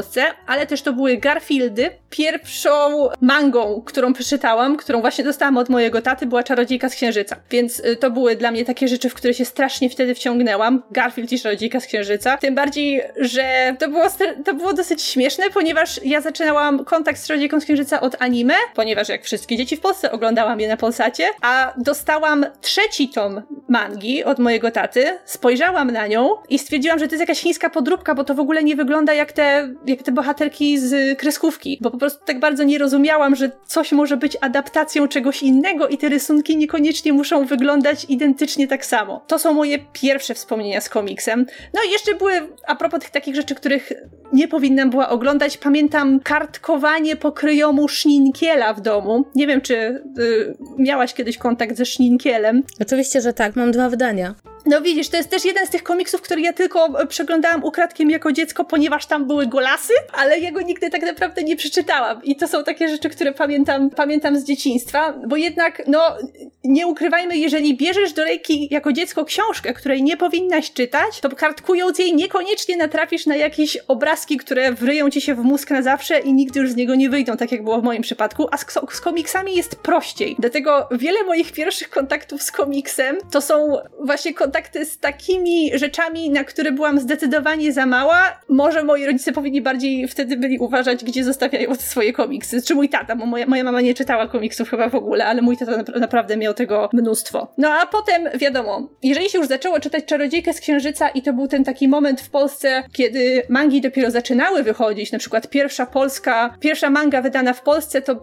ale też to były Garfieldy. Pierwszą mangą, którą przeczytałam, którą właśnie dostałam od mojego taty, była Czarodziejka z Księżyca. Więc to były dla mnie takie rzeczy, w które się strasznie wtedy wciągnęłam. Garfield i Czarodziejka z Księżyca. Tym bardziej, że to było dosyć śmieszne, ponieważ ja zaczynałam kontakt z Czarodziejką z Księżyca od anime, ponieważ jak wszystkie dzieci w Polsce oglądałam je na Polsacie, a dostałam 3. tom mangi od mojego taty, spojrzałam na nią i stwierdziłam, że to jest jakaś chińska podróbka, bo to w ogóle nie wygląda jak te bohaterki z kreskówki, bo po prostu tak bardzo nie rozumiałam, że coś może być adaptacją czegoś innego i te rysunki niekoniecznie muszą wyglądać identycznie tak samo. To są moje pierwsze wspomnienia z komiksem. No i jeszcze były, a propos tych takich rzeczy, których nie powinnam była oglądać, pamiętam kartkowanie pokryjomu Szninkiela w domu. Nie wiem, czy miałaś kiedyś kontakt ze Szninkielem. Oczywiście, że tak. Mam 2 wydania. No widzisz, to jest też jeden z tych komiksów, który ja tylko przeglądałam ukradkiem jako dziecko, ponieważ tam były golasy, ale ja go nigdy tak naprawdę nie przeczytałam. I to są takie rzeczy, które pamiętam z dzieciństwa, bo jednak, no, nie ukrywajmy, jeżeli bierzesz do ręki jako dziecko książkę, której nie powinnaś czytać, to kartkując jej niekoniecznie natrafisz na jakieś obrazki, które wryją ci się w mózg na zawsze i nigdy już z niego nie wyjdą, tak jak było w moim przypadku, a z komiksami jest prościej. Dlatego wiele moich pierwszych kontaktów z komiksem to są właśnie kontakty z takimi rzeczami, na które byłam zdecydowanie za mała. Może moi rodzice powinni bardziej wtedy byli uważać, gdzie zostawiają swoje komiksy. Czy mój tata, bo moja mama nie czytała komiksów chyba w ogóle, ale mój tata naprawdę miał tego mnóstwo. No a potem, wiadomo, jeżeli się już zaczęło czytać Czarodziejkę z Księżyca i to był ten taki moment w Polsce, kiedy mangi dopiero zaczynały wychodzić, na przykład pierwsza manga wydana w Polsce to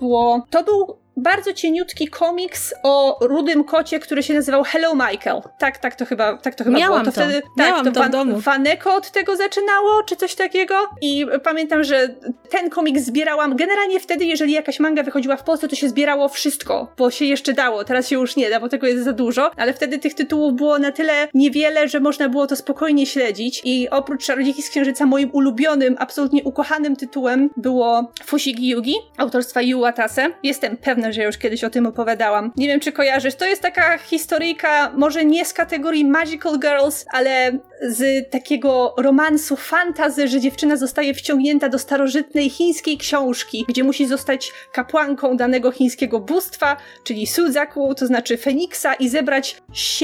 był bardzo cieniutki komiks o rudym kocie, który się nazywał Hello Michael. Tak to chyba Miałam było. Wtedy, Miałam to w domu. Waneko od tego zaczynało, czy coś takiego. I pamiętam, że ten komiks zbierałam. Generalnie wtedy, jeżeli jakaś manga wychodziła w Polsce, to się zbierało wszystko, bo się jeszcze dało. Teraz się już nie da, bo tego jest za dużo. Ale wtedy tych tytułów było na tyle niewiele, że można było to spokojnie śledzić. I oprócz Czarodziejki z Księżyca moim ulubionym, absolutnie ukochanym tytułem było Fushigi Yugi, autorstwa Yu Watase. Jestem pewna, że już kiedyś o tym opowiadałam. Nie wiem, czy kojarzysz. To jest taka historyjka, może nie z kategorii Magical Girls, ale z takiego romansu fantasy, że dziewczyna zostaje wciągnięta do starożytnej chińskiej książki, gdzie musi zostać kapłanką danego chińskiego bóstwa, czyli Suzaku, to znaczy Feniksa, i zebrać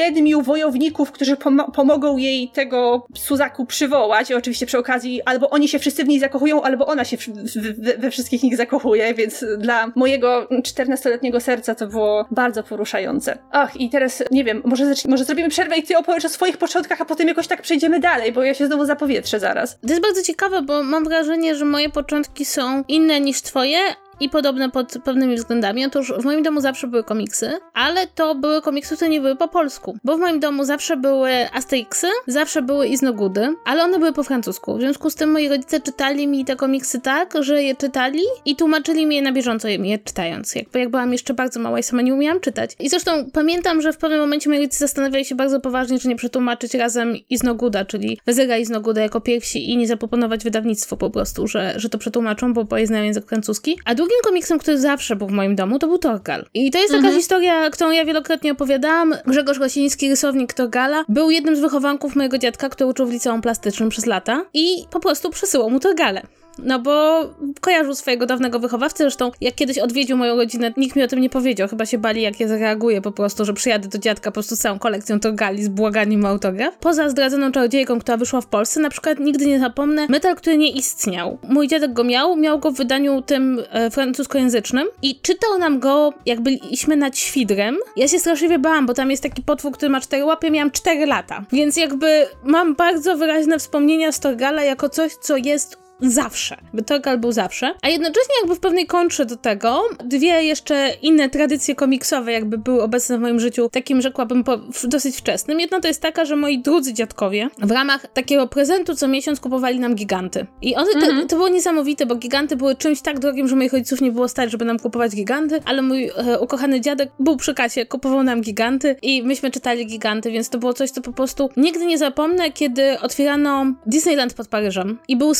7 wojowników, którzy pomogą jej tego Suzaku przywołać. I oczywiście przy okazji albo oni się wszyscy w niej zakochują, albo ona się we wszystkich nich zakochuje, więc dla mojego 14-letniego serca to było bardzo poruszające. Ach, i teraz, nie wiem, może zrobimy przerwę i ty opowiesz o swoich początkach, a potem jakoś tak przejdziemy dalej, bo ja się znowu zapowietrzę zaraz. To jest bardzo ciekawe, bo mam wrażenie, że moje początki są inne niż twoje, i podobne pod pewnymi względami. Otóż w moim domu zawsze były komiksy, ale to były komiksy, które nie były po polsku. Bo w moim domu zawsze były Asterixy, zawsze były Iznogudy, ale one były po francusku. W związku z tym moi rodzice czytali mi te komiksy tak, że je czytali i tłumaczyli mi je na bieżąco, je czytając. Jak byłam jeszcze bardzo mała i sama nie umiałam czytać. I zresztą pamiętam, że w pewnym momencie moi rodzice zastanawiali się bardzo poważnie, czy nie przetłumaczyć razem Iznoguda, czyli Wezyra Iznoguda jako pierwsi i nie zaproponować wydawnictwu po prostu, że to przetłumaczą, bo znają język francuski. A drugim komiksem, który zawsze był w moim domu, to był Torgal. I to jest taka historia, którą ja wielokrotnie opowiadałam. Grzegorz Rosiński, rysownik Torgala, był jednym z wychowanków mojego dziadka, który uczył w liceum plastycznym przez lata i po prostu przesyłał mu Torgale. No bo kojarzył swojego dawnego wychowawcę, zresztą jak kiedyś odwiedził moją rodzinę, nikt mi o tym nie powiedział, chyba się bali, jak ja zareaguję po prostu, że przyjadę do dziadka po prostu z całą kolekcją Torgali z błaganiem o autograf. Poza Zdradzoną Czarodziejką, która wyszła w Polsce, na przykład nigdy nie zapomnę metal, który nie istniał. Mój dziadek go miał go w wydaniu tym francuskojęzycznym i czytał nam go, jak byliśmy nad Świdrem. Ja się straszliwie bałam, bo tam jest taki potwór, który ma 4 łapy, miałam 4 lata. Więc jakby mam bardzo wyraźne wspomnienia z Torgala jako coś, co jest zawsze. Torgal był zawsze. A jednocześnie jakby w pewnej kontrze do tego 2 jeszcze inne tradycje komiksowe jakby były obecne w moim życiu, takim rzekłabym dosyć wczesnym. Jedna to jest taka, że moi drudzy dziadkowie w ramach takiego prezentu co miesiąc kupowali nam giganty. I one, to było niesamowite, bo giganty były czymś tak drogim, że moich rodziców nie było stać, żeby nam kupować giganty, ale mój ukochany dziadek był przy kasie, kupował nam giganty i myśmy czytali giganty, więc to było coś, co po prostu nigdy nie zapomnę, kiedy otwierano Disneyland pod Paryżem i był specjalny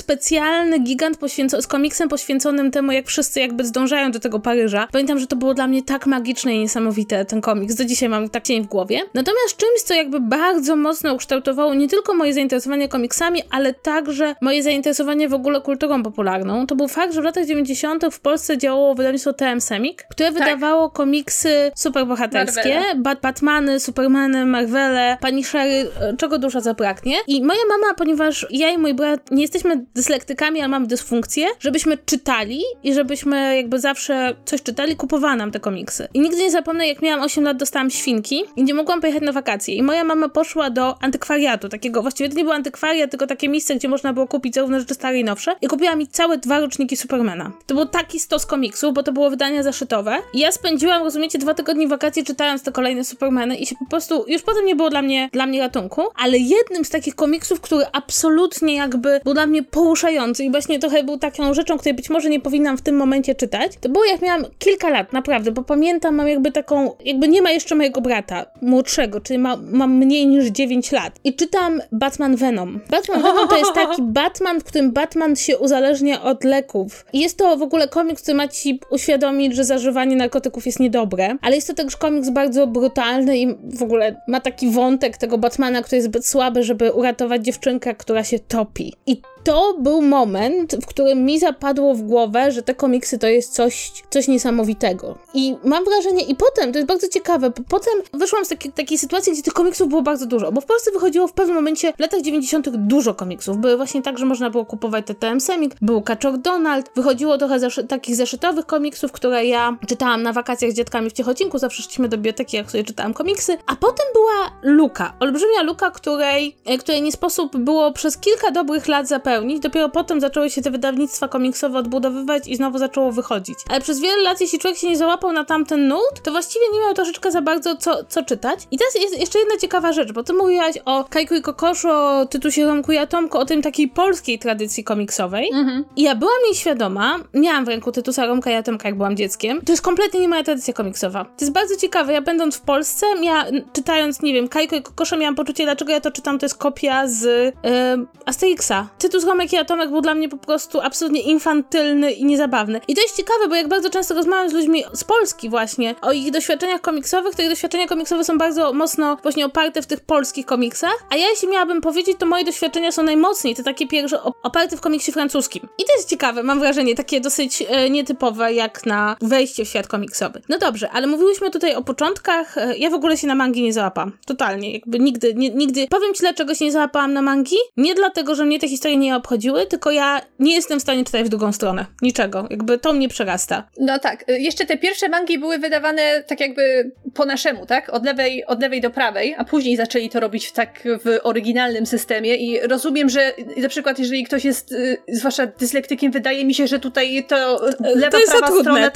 totalny gigant z komiksem poświęconym temu, jak wszyscy jakby zdążają do tego Paryża. Pamiętam, że to było dla mnie tak magiczne i niesamowite, ten komiks. Do dzisiaj mam tak cień w głowie. Natomiast czymś, co jakby bardzo mocno ukształtowało nie tylko moje zainteresowanie komiksami, ale także moje zainteresowanie w ogóle kulturą popularną, to był fakt, że w latach 90. w Polsce działało wydawnictwo TM Semik, które wydawało komiksy superbohaterskie, Batmany, Supermany, Marvele, Punishery, czego dusza zabraknie. I moja mama, ponieważ ja i mój brat nie jesteśmy dyslektykami, ale mamy dysfunkcję, żebyśmy czytali i żebyśmy jakby zawsze coś czytali, kupowała nam te komiksy. I nigdy nie zapomnę, jak miałam 8 lat, dostałam Świnki i nie mogłam pojechać na wakacje. I moja mama poszła do antykwariatu, takiego, właściwie to nie było antykwariat, tylko takie miejsce, gdzie można było kupić zarówno rzeczy stare i nowsze. I kupiła mi całe 2 roczniki Supermana. To był taki stos komiksów, bo to było wydania zaszytowe. I ja spędziłam, rozumiecie, 2 tygodnie wakacji czytając te kolejne Supermany i się po prostu, już potem nie było dla mnie ratunku, ale jednym z takich komiksów, który absolutnie jakby był dla mnie poruszający i właśnie trochę był taką rzeczą, której być może nie powinnam w tym momencie czytać, to było jak miałam kilka lat, naprawdę, bo pamiętam, mam jakby taką, jakby nie ma jeszcze mojego brata młodszego, czyli mam mniej niż 9 lat i czytam Batman Venom. Batman Venom to jest taki Batman, w którym Batman się uzależnia od leków. I jest to w ogóle komiks, który ma ci uświadomić, że zażywanie narkotyków jest niedobre, ale jest to też komiks bardzo brutalny i w ogóle ma taki wątek tego Batmana, który jest zbyt słaby, żeby uratować dziewczynkę, która się topi. I to był moment, w którym mi zapadło w głowę, że te komiksy to jest coś niesamowitego. I mam wrażenie, i potem, to jest bardzo ciekawe, bo potem wyszłam z takiej sytuacji, gdzie tych komiksów było bardzo dużo, bo w Polsce wychodziło w pewnym momencie w latach 90. dużo komiksów. Były właśnie tak, że można było kupować te TM Semik, był Kaczor Donald, wychodziło trochę takich zeszytowych komiksów, które ja czytałam na wakacjach z dziadkami w Ciechocinku, zawsze szliśmy do biblioteki, jak sobie czytałam komiksy, a potem była luka, olbrzymia luka, której nie sposób było przez kilka dobrych lat zapełnić. Dopiero potem zaczęły się te wydawnictwa komiksowe odbudowywać i znowu zaczęło wychodzić. Ale przez wiele lat, jeśli człowiek się nie załapał na tamten nurt, to właściwie nie miał troszeczkę za bardzo co czytać. I teraz jest jeszcze jedna ciekawa rzecz, bo ty mówiłaś o Kajku i Kokoszu, o Tytusie, Romku i Atomku, o tym takiej polskiej tradycji komiksowej. I ja byłam nieświadoma, miałam w ręku Tytusa, Romka i Atomka, jak byłam dzieckiem. To jest kompletnie nie moja tradycja komiksowa. To jest bardzo ciekawe. Ja będąc w Polsce, czytając, nie wiem, Kajko i Kokosza, miałam poczucie, dlaczego ja to czytam, to jest kopia z Asterixa. Tytus, Romek i Atomek był dla mnie po prostu absolutnie infantylny i niezabawny. I to jest ciekawe, bo jak bardzo często rozmawiam z ludźmi z Polski właśnie o ich doświadczeniach komiksowych, to ich doświadczenia komiksowe są bardzo mocno właśnie oparte w tych polskich komiksach, a ja jeśli miałabym powiedzieć, to moje doświadczenia są najmocniej, to takie pierwsze oparte w komiksie francuskim. I to jest ciekawe, mam wrażenie, takie dosyć nietypowe jak na wejście w świat komiksowy. No dobrze, ale mówiłyśmy tutaj o początkach, ja w ogóle się na mangi nie załapam. Totalnie, jakby nigdy. Powiem ci, dlaczego się nie załapałam na mangi? Nie dlatego, że mnie te historie nie obchodziły, tylko ja nie jestem w stanie czytać w drugą stronę. Niczego. Jakby to mnie przerasta. No tak. Jeszcze te pierwsze mangi były wydawane tak jakby po naszemu, tak? Od lewej do prawej, a później zaczęli to robić w oryginalnym systemie i rozumiem, że na przykład jeżeli ktoś jest zwłaszcza dyslektykiem, wydaje mi się, że tutaj to lewa, prawa strona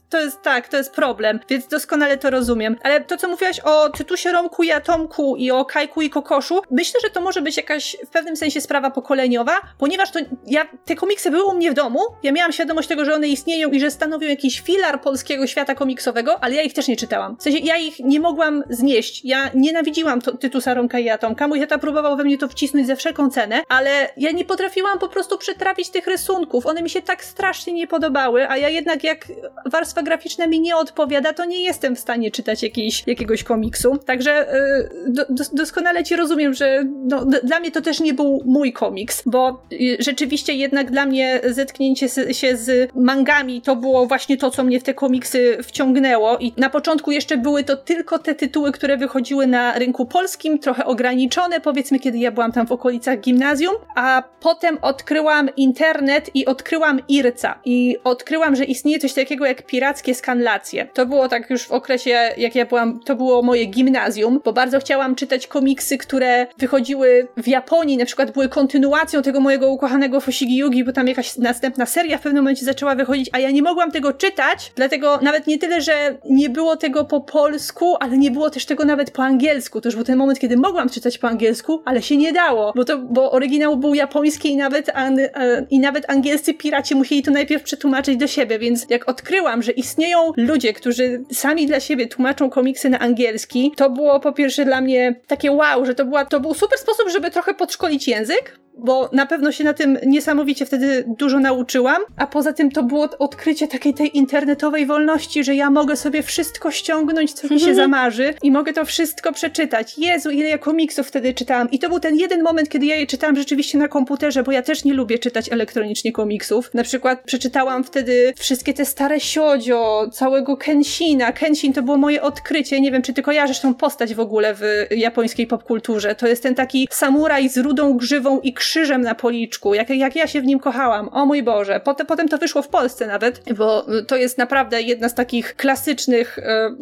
to jest problem, więc doskonale to rozumiem. Ale to, co mówiłaś o Tytusie, Romku i Atomku i o Kajku i Kokoszu, myślę, że to może być jakaś w pewnym sensie sprawa pokoleniowa, ponieważ te komiksy były u mnie w domu, ja miałam świadomość tego, że one istnieją i że stanowią jakiś filar polskiego świata komiksowego, ale ja ich też nie czytałam. W sensie ja ich nie mogłam znieść. Ja nienawidziłam Tytusa, Romka i Atomka. Mój tata próbował we mnie to wcisnąć za wszelką cenę, ale ja nie potrafiłam po prostu przetrawić tych rysunków. One mi się tak strasznie nie podobały, a ja jednak jak warstwa graficzna mi nie odpowiada, to nie jestem w stanie czytać jakiegoś komiksu. Także doskonale ci rozumiem, że dla mnie to też nie był mój komiks, bo rzeczywiście jednak dla mnie zetknięcie się z mangami to było właśnie to, co mnie w te komiksy wciągnęło i na początku jeszcze były to tylko te tytuły, które wychodziły na rynku polskim, trochę ograniczone, powiedzmy, kiedy ja byłam tam w okolicach gimnazjum, a potem odkryłam internet i odkryłam Irca i odkryłam, że istnieje coś takiego jak pirackie skanlacje. To było tak już w okresie, jak ja byłam, to było moje gimnazjum, bo bardzo chciałam czytać komiksy, które wychodziły w Japonii, na przykład były kontynuacją tego mojego ukochanego Fushigi Yugi, bo tam jakaś następna seria w pewnym momencie zaczęła wychodzić, a ja nie mogłam tego czytać, dlatego nawet nie tyle, że nie było tego po polsku, ale nie było też tego nawet po angielsku. To już był ten moment, kiedy mogłam czytać po angielsku, ale się nie dało, bo oryginał był japoński i nawet angielscy piraci musieli to najpierw przetłumaczyć do siebie, więc jak odkryłam, że istnieją ludzie, którzy sami dla siebie tłumaczą komiksy na angielski, to było po pierwsze dla mnie takie wow, że to był super sposób, żeby trochę podszkolić język, bo na pewno się na tym niesamowicie wtedy dużo nauczyłam, a poza tym to było odkrycie takiej tej internetowej wolności, że ja mogę sobie wszystko ściągnąć, co mi się zamarzy i mogę to wszystko przeczytać. Jezu, ile ja komiksów wtedy czytałam. I to był ten jeden moment, kiedy ja je czytałam rzeczywiście na komputerze, bo ja też nie lubię czytać elektronicznie komiksów. Na przykład przeczytałam wtedy wszystkie te stare shoujo, całego Kenshina. Kenshin to było moje odkrycie. Nie wiem, czy ty kojarzysz tą postać w ogóle w japońskiej popkulturze. To jest ten taki samuraj z rudą grzywą i krzyżem na policzku. Jak ja się w nim kochałam. O mój Boże. Potem to wyszło w Polsce nawet, bo to jest naprawdę jedna z takich klasycznych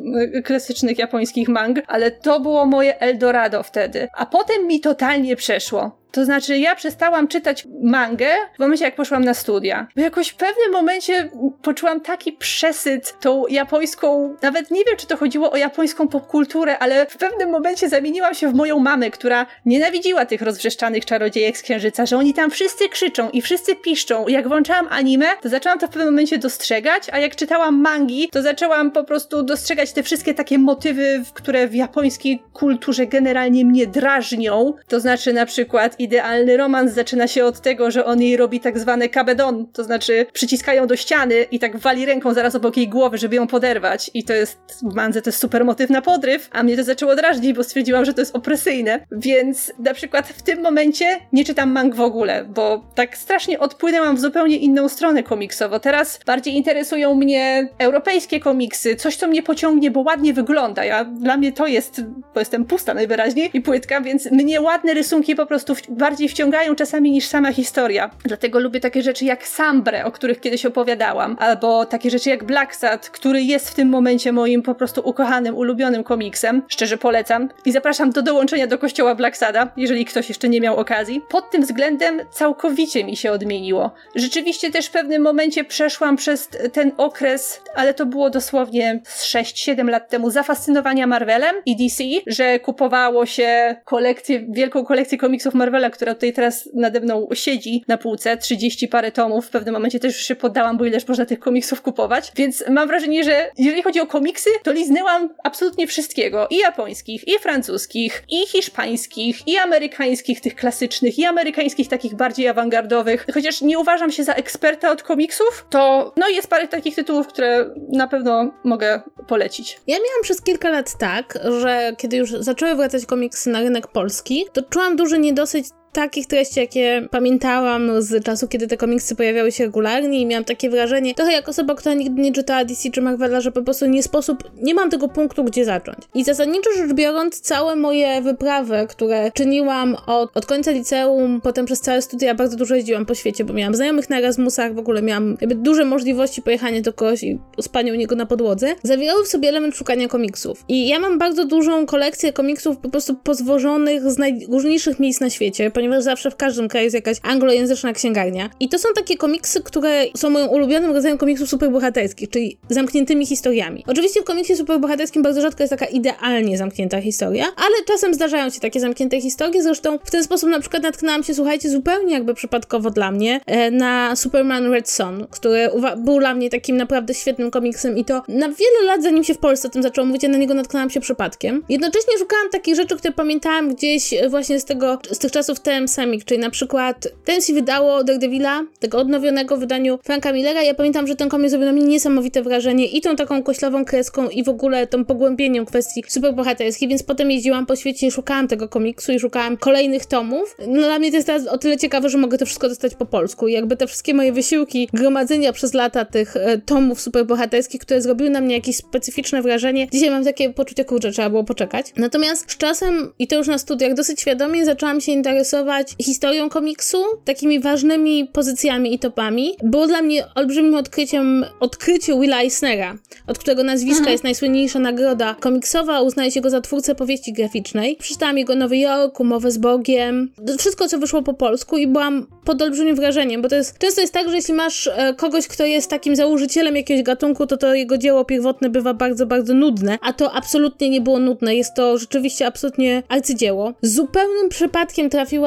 japońskich mang, ale to było moje Eldorado wtedy. A potem mi totalnie przeszło. To znaczy, ja przestałam czytać mangę w momencie, jak poszłam na studia. Bo jakoś w pewnym momencie poczułam taki przesyt tą japońską, nawet nie wiem, czy to chodziło o japońską popkulturę, ale w pewnym momencie zamieniłam się w moją mamę, która nienawidziła tych rozwrzeszczanych czarodziejek z Księżyca, że oni tam wszyscy krzyczą i wszyscy piszczą. I jak włączałam anime, to zaczęłam to w pewnym momencie dostrzegać, a jak czytałam mangi, to zaczęłam po prostu dostrzegać te wszystkie takie motywy, które w japońskiej kulturze generalnie mnie drażnią. To znaczy na przykład idealny romans zaczyna się od tego, że on jej robi tak zwane kabedon, to znaczy przyciskają do ściany i tak wali ręką zaraz obok jej głowy, żeby ją poderwać. I to jest, w mandze to jest super motyw na podryw, a mnie to zaczęło drażnić, bo stwierdziłam, że to jest opresyjne. Więc na przykład w tym momencie nie czytam mang w ogóle, bo tak strasznie odpłynęłam w zupełnie inną stronę komiksowo. Teraz bardziej interesują mnie europejskie komiksy, coś co mnie pociągnie, bo ładnie wygląda. Dla mnie to jest, bo jestem pusta najwyraźniej i płytka, więc mnie ładne rysunki po prostu bardziej wciągają czasami niż sama historia. Dlatego lubię takie rzeczy jak Sambre, o których kiedyś opowiadałam, albo takie rzeczy jak Blacksad, który jest w tym momencie moim po prostu ukochanym, ulubionym komiksem. Szczerze polecam i zapraszam do dołączenia do kościoła Blacksada, jeżeli ktoś jeszcze nie miał okazji. Pod tym względem całkowicie mi się odmieniło. Rzeczywiście też w pewnym momencie przeszłam przez ten okres, ale to było dosłownie 6-7 lat temu, zafascynowania Marvelem i DC, że kupowało się wielką kolekcję komiksów Marvela, która tutaj teraz nade mną siedzi na półce, 30 parę tomów. W pewnym momencie też już się poddałam, bo ileż można tych komiksów kupować. Więc mam wrażenie, że jeżeli chodzi o komiksy, to liznęłam absolutnie wszystkiego. I japońskich, i francuskich, i hiszpańskich, i amerykańskich, tych klasycznych, i amerykańskich takich bardziej awangardowych. Chociaż nie uważam się za eksperta od komiksów, to jest parę takich tytułów, które na pewno mogę polecić. Ja miałam przez kilka lat tak, że kiedy już zaczęły wracać komiksy na rynek polski, to czułam duży niedosyt takich treści, jakie pamiętałam z czasu, kiedy te komiksy pojawiały się regularnie i miałam takie wrażenie, trochę jak osoba, która nigdy nie czytała DC czy Marvela, że po prostu nie mam tego punktu, gdzie zacząć. I zasadniczo rzecz biorąc, całe moje wyprawy, które czyniłam od końca liceum, potem przez całe studia, bardzo dużo jeździłam po świecie, bo miałam znajomych na Erasmusach, w ogóle miałam duże możliwości pojechania do kogoś i spania u niego na podłodze, zawierały w sobie element szukania komiksów. I ja mam bardzo dużą kolekcję komiksów po prostu pozwożonych z najróżniejszych miejsc na świecie, ponieważ zawsze w każdym kraju jest jakaś anglojęzyczna księgarnia. I to są takie komiksy, które są moim ulubionym rodzajem komiksów superbohaterskich, czyli zamkniętymi historiami. Oczywiście w komiksie superbohaterskim bardzo rzadko jest taka idealnie zamknięta historia, ale czasem zdarzają się takie zamknięte historie, zresztą w ten sposób na przykład natknęłam się, słuchajcie, zupełnie jakby przypadkowo dla mnie, na Superman Red Son, który był dla mnie takim naprawdę świetnym komiksem i to na wiele lat, zanim się w Polsce o tym zaczęło mówić, ja na niego natknęłam się przypadkiem. Jednocześnie szukałam takich rzeczy, które pamiętałam gdzieś właśnie z tych czasów TM Semik, czyli na przykład TMC wydało Daredevila, tego odnowionego w wydaniu Franka Millera. Ja pamiętam, że ten komiks zrobił na mnie niesamowite wrażenie i tą taką koślową kreską i w ogóle tą pogłębieniem kwestii superbohaterskiej, więc potem jeździłam po świecie i szukałam tego komiksu i szukałam kolejnych tomów. No dla mnie to jest teraz o tyle ciekawe, że mogę to wszystko dostać po polsku i jakby te wszystkie moje wysiłki gromadzenia przez lata tych tomów superbohaterskich, które zrobiły na mnie jakieś specyficzne wrażenie, dzisiaj mam takie poczucie, kurczę, trzeba było poczekać. Natomiast z czasem, i to już na studiach, dosyć świadomie zaczęłam się interesować historią komiksu, takimi ważnymi pozycjami i topami. Było dla mnie olbrzymim odkrycie Willa Eisnera, od którego nazwiska jest najsłynniejsza nagroda komiksowa, uznaje się go za twórcę powieści graficznej. Przeczytałam jego Nowy Jork, Umowę z Bogiem, wszystko co wyszło po polsku i byłam pod olbrzymim wrażeniem, bo często jest tak, że jeśli masz kogoś, kto jest takim założycielem jakiegoś gatunku, to jego dzieło pierwotne bywa bardzo, bardzo nudne, a to absolutnie nie było nudne. Jest to rzeczywiście absolutnie arcydzieło. Zupełnym przypadkiem trafiłam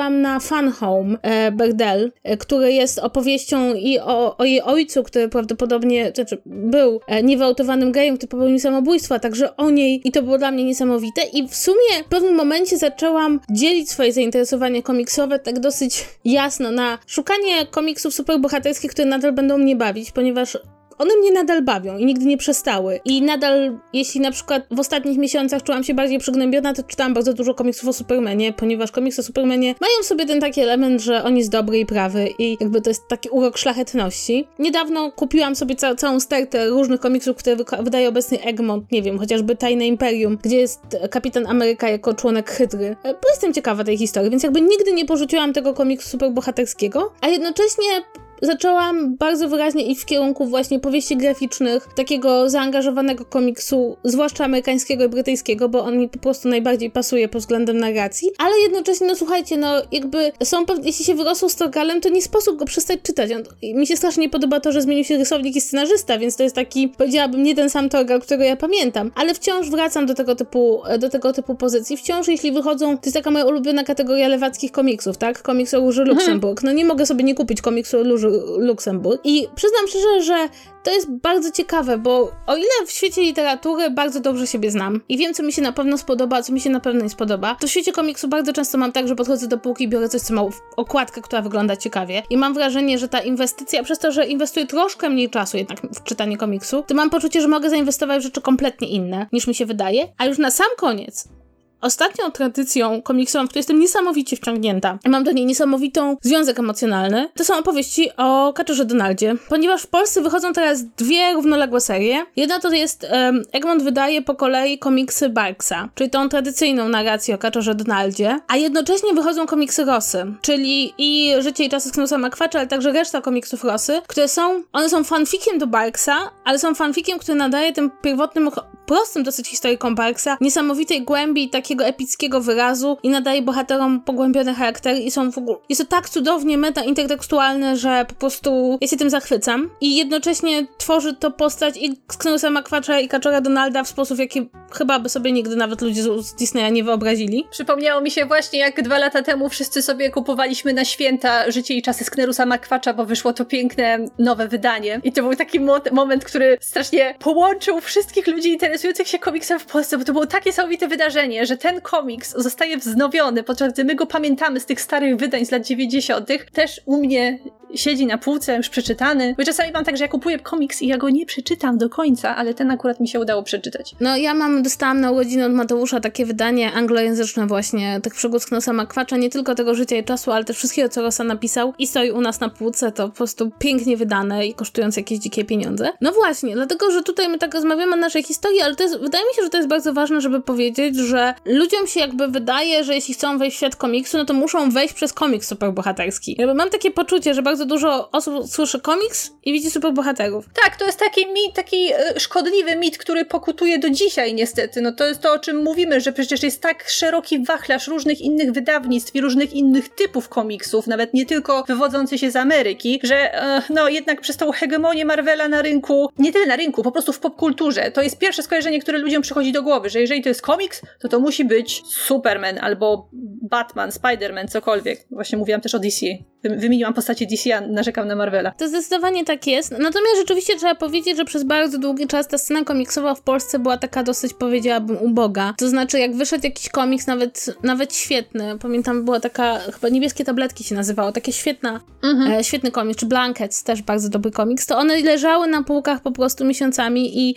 trafiłam na Fun Home Berdel, który jest opowieścią i o jej ojcu, który prawdopodobnie, był niewałtowanym gejem, który popełnił samobójstwo, a także o niej i to było dla mnie niesamowite i w sumie w pewnym momencie zaczęłam dzielić swoje zainteresowania komiksowe tak dosyć jasno na szukanie komiksów superbohaterskich, które nadal będą mnie bawić, ponieważ one mnie nadal bawią i nigdy nie przestały. I nadal, jeśli na przykład w ostatnich miesiącach czułam się bardziej przygnębiona, to czytałam bardzo dużo komiksów o Supermanie, ponieważ komiksy o Supermanie mają w sobie ten taki element, że on jest dobry i prawy i jakby to jest taki urok szlachetności. Niedawno kupiłam sobie całą stertę różnych komiksów, które wydaje obecnie Egmont, nie wiem, chociażby Tajne Imperium, gdzie jest Kapitan Ameryka jako członek Hydry. Bo jestem ciekawa tej historii, więc jakby nigdy nie porzuciłam tego komiksu superbohaterskiego, a jednocześnie zaczęłam bardzo wyraźnie iść w kierunku właśnie powieści graficznych, takiego zaangażowanego komiksu, zwłaszcza amerykańskiego i brytyjskiego, bo on mi po prostu najbardziej pasuje pod względem narracji, ale jednocześnie, no słuchajcie, no jakby jeśli się wyrosło z Torgalem, to nie sposób go przestać czytać. Mi się strasznie podoba to, że zmienił się rysownik i scenarzysta, więc to jest taki, powiedziałabym, nie ten sam Torgal, którego ja pamiętam, ale wciąż wracam do tego typu pozycji. Wciąż, jeśli wychodzą, to jest taka moja ulubiona kategoria lewackich komiksów, tak? Komiks o Róży Luksemburg. No nie mogę sobie nie kupić komiksu o Róży Luksemburg. I przyznam szczerze, że to jest bardzo ciekawe, bo o ile w świecie literatury bardzo dobrze siebie znam i wiem, co mi się na pewno spodoba, a co mi się na pewno nie spodoba, to w świecie komiksu bardzo często mam tak, że podchodzę do półki i biorę coś, co ma okładkę, która wygląda ciekawie i mam wrażenie, że ta inwestycja, przez to, że inwestuję troszkę mniej czasu jednak w czytanie komiksu, to mam poczucie, że mogę zainwestować w rzeczy kompletnie inne, niż mi się wydaje, a już na sam koniec ostatnią tradycją komiksową, w której jestem niesamowicie wciągnięta, mam do niej niesamowitą związek emocjonalny, to są opowieści o Kaczorze Donaldzie. Ponieważ w Polsce wychodzą teraz dwie równoległe serie. Jedna to jest, Egmont wydaje po kolei komiksy Barksa, czyli tą tradycyjną narrację o Kaczorze Donaldzie, a jednocześnie wychodzą komiksy Rossy, czyli i Życie i czasy Knusa McQuarrie, ale także reszta komiksów Rossy, które są fanfikiem do Barksa, ale są fanfikiem, który nadaje tym pierwotnym, prostym dosyć historykom Barksa niesamowitej głębi i takiego epickiego wyrazu i nadaje bohaterom pogłębione charaktery i są w ogóle... Jest to tak cudownie meta-intertekstualne, że po prostu ja się tym zachwycam i jednocześnie tworzy to postać i Knusa McQuarrie i Kaczora Donalda w sposób, jaki chyba by sobie nigdy nawet ludzie z Disneya nie wyobrazili. Przypomniało mi się właśnie, jak 2 lata temu wszyscy sobie kupowaliśmy na święta Życie i czasy Knusa McQuarrie'a, bo wyszło to piękne, nowe wydanie. I to był taki moment, który strasznie połączył wszystkich ludzi interesujących się komiksem w Polsce, bo to było takie niesamowite wydarzenie, że ten komiks zostaje wznowiony, podczas gdy my go pamiętamy z tych starych wydań z lat 90. Też u mnie siedzi na półce, już przeczytany. Bo czasami mam tak, że ja kupuję komiks i ja go nie przeczytam do końca, ale ten akurat mi się udało przeczytać. No ja dostałam na urodziny od Mateusza takie wydanie anglojęzyczne właśnie tych przygód Knusa McQuarrie'a, nie tylko tego Życia i czasu, ale też wszystkiego, co Rossa napisał i stoi u nas na półce, to po prostu pięknie wydane i kosztujące jakieś dzikie pieniądze. No właśnie, dlatego, że tutaj my tak rozmawiamy o naszej historii, ale to jest, wydaje mi się, że to jest bardzo ważne, żeby powiedzieć, że ludziom się jakby wydaje, że jeśli chcą wejść w świat komiksu, no to muszą wejść przez komiks superbohaterski. Jakby mam takie poczucie, że bardzo dużo osób słyszy komiks i widzi superbohaterów. Tak, to jest taki mit, taki szkodliwy mit, który pokutuje do dzisiaj niestety. No to jest to, o czym mówimy, że przecież jest tak szeroki wachlarz różnych innych wydawnictw i różnych innych typów komiksów, nawet nie tylko wywodzący się z Ameryki, że no jednak przez tą hegemonię Marvela na rynku, nie tyle na rynku, po prostu w popkulturze, to jest pierwsze skojarzenie, które ludziom przychodzi do głowy, że jeżeli to jest komiks, to musi być Superman albo Batman, Spider-Man, cokolwiek. Właśnie mówiłam też o DC. Wymieniłam postacie DC, a narzekam na Marvela. To zdecydowanie tak jest. Natomiast rzeczywiście trzeba powiedzieć, że przez bardzo długi czas ta scena komiksowa w Polsce była taka dosyć, powiedziałabym, uboga. To znaczy, jak wyszedł jakiś komiks, nawet świetny, pamiętam, była taka, chyba Niebieskie tabletki się nazywało, takie świetny komiks, czy Blankets, też bardzo dobry komiks, to one leżały na półkach po prostu miesiącami i